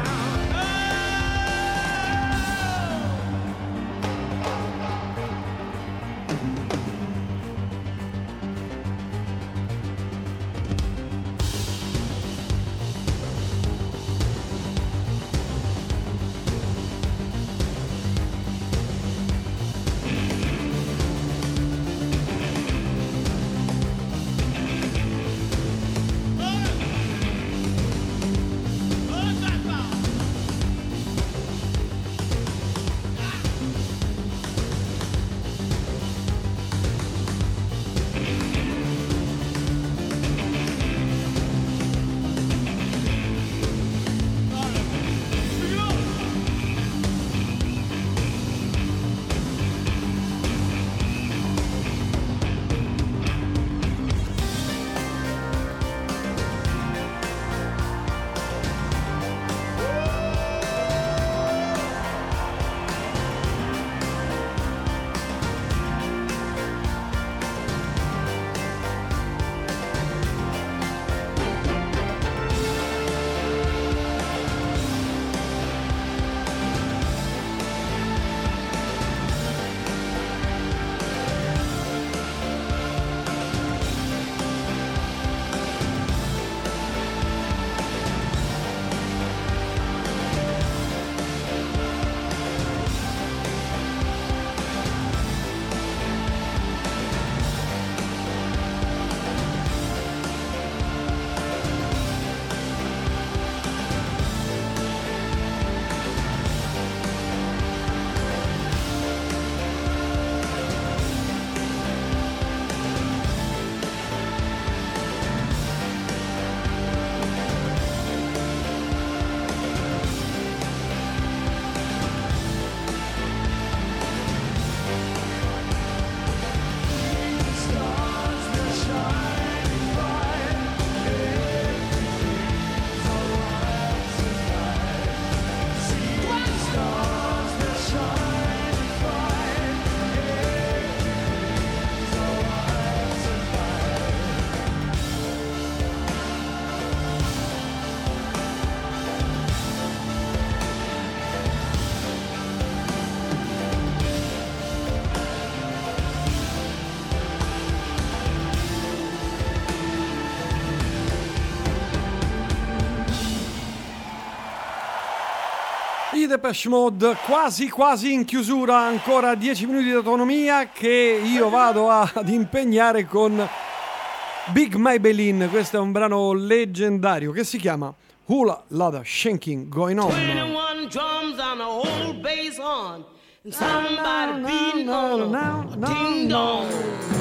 I Depeche Mode quasi in chiusura, ancora 10 minuti di autonomia che io vado ad impegnare con Big Maybelline. Questo è un brano leggendario che si chiama Hula Lotta Shaking Going On. 21 drums on a whole bass horn and somebody beating on a ding dong.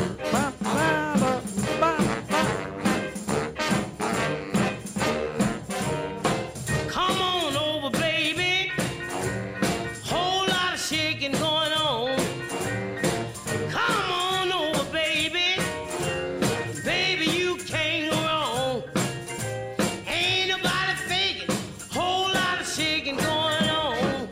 Come on over, baby. Whole lot of shaking going on. Come on over, baby. Baby, you can't go wrong. Ain't nobody faking. Whole lot of shaking going on.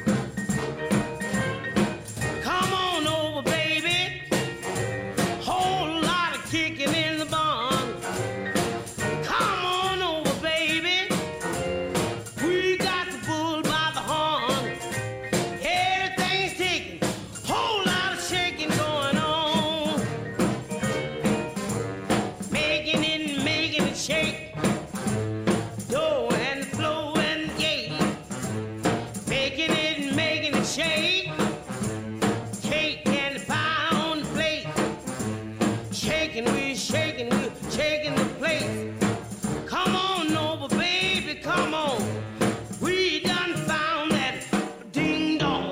Come on over, baby. Whole lot of kicking in the barn. Come on over, baby. We got the bull by the horn. Everything's ticking. Whole lot of shaking going on. Making it shake. Door and the floor and the gate. Making it shake. Cake and the pie on the plate. Shaking, we're shaking the place. Come on over, baby, come on. We done found that ding dong.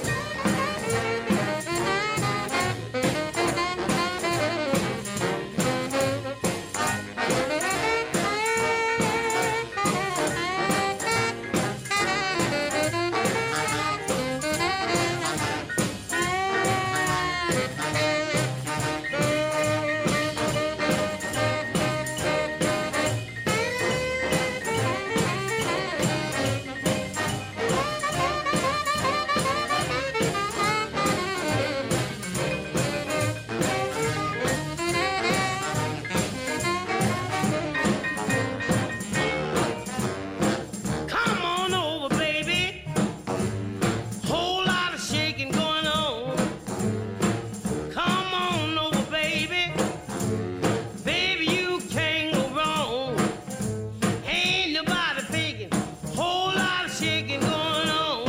Come on over, baby. Whole lot of shaking going on. Come on over, baby. Baby, you can't go wrong. Ain't nobody faking. Whole lot of shaking going on.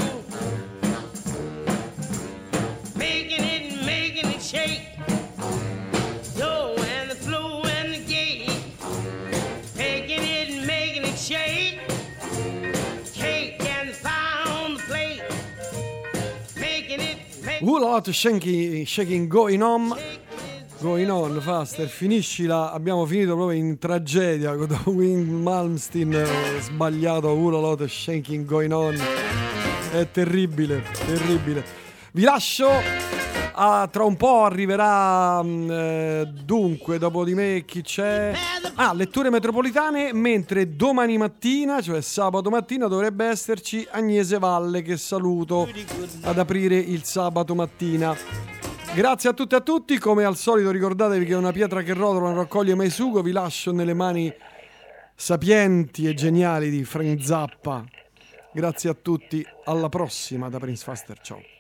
Making it shake. Door and the floor and the gate. Making it shake. Cake and the pie on the plate. Making it. Hula Lotta Shaking Going On, Faster, finiscila. Abbiamo finito proprio in tragedia con Wayne Malmsteen sbagliato. Hula Lotta Shaking Going On, è terribile. Vi lascio. Tra un po' arriverà dunque, dopo di me chi c'è? Letture metropolitane, mentre domani mattina, cioè sabato mattina, dovrebbe esserci Agnese Valle, che saluto, ad aprire il sabato mattina. Grazie a tutte e a tutti, come al solito ricordatevi che una pietra che rotola non raccoglie mai sugo. Vi lascio nelle mani sapienti e geniali di Frank Zappa. Grazie a tutti, alla prossima da Prince Faster, ciao.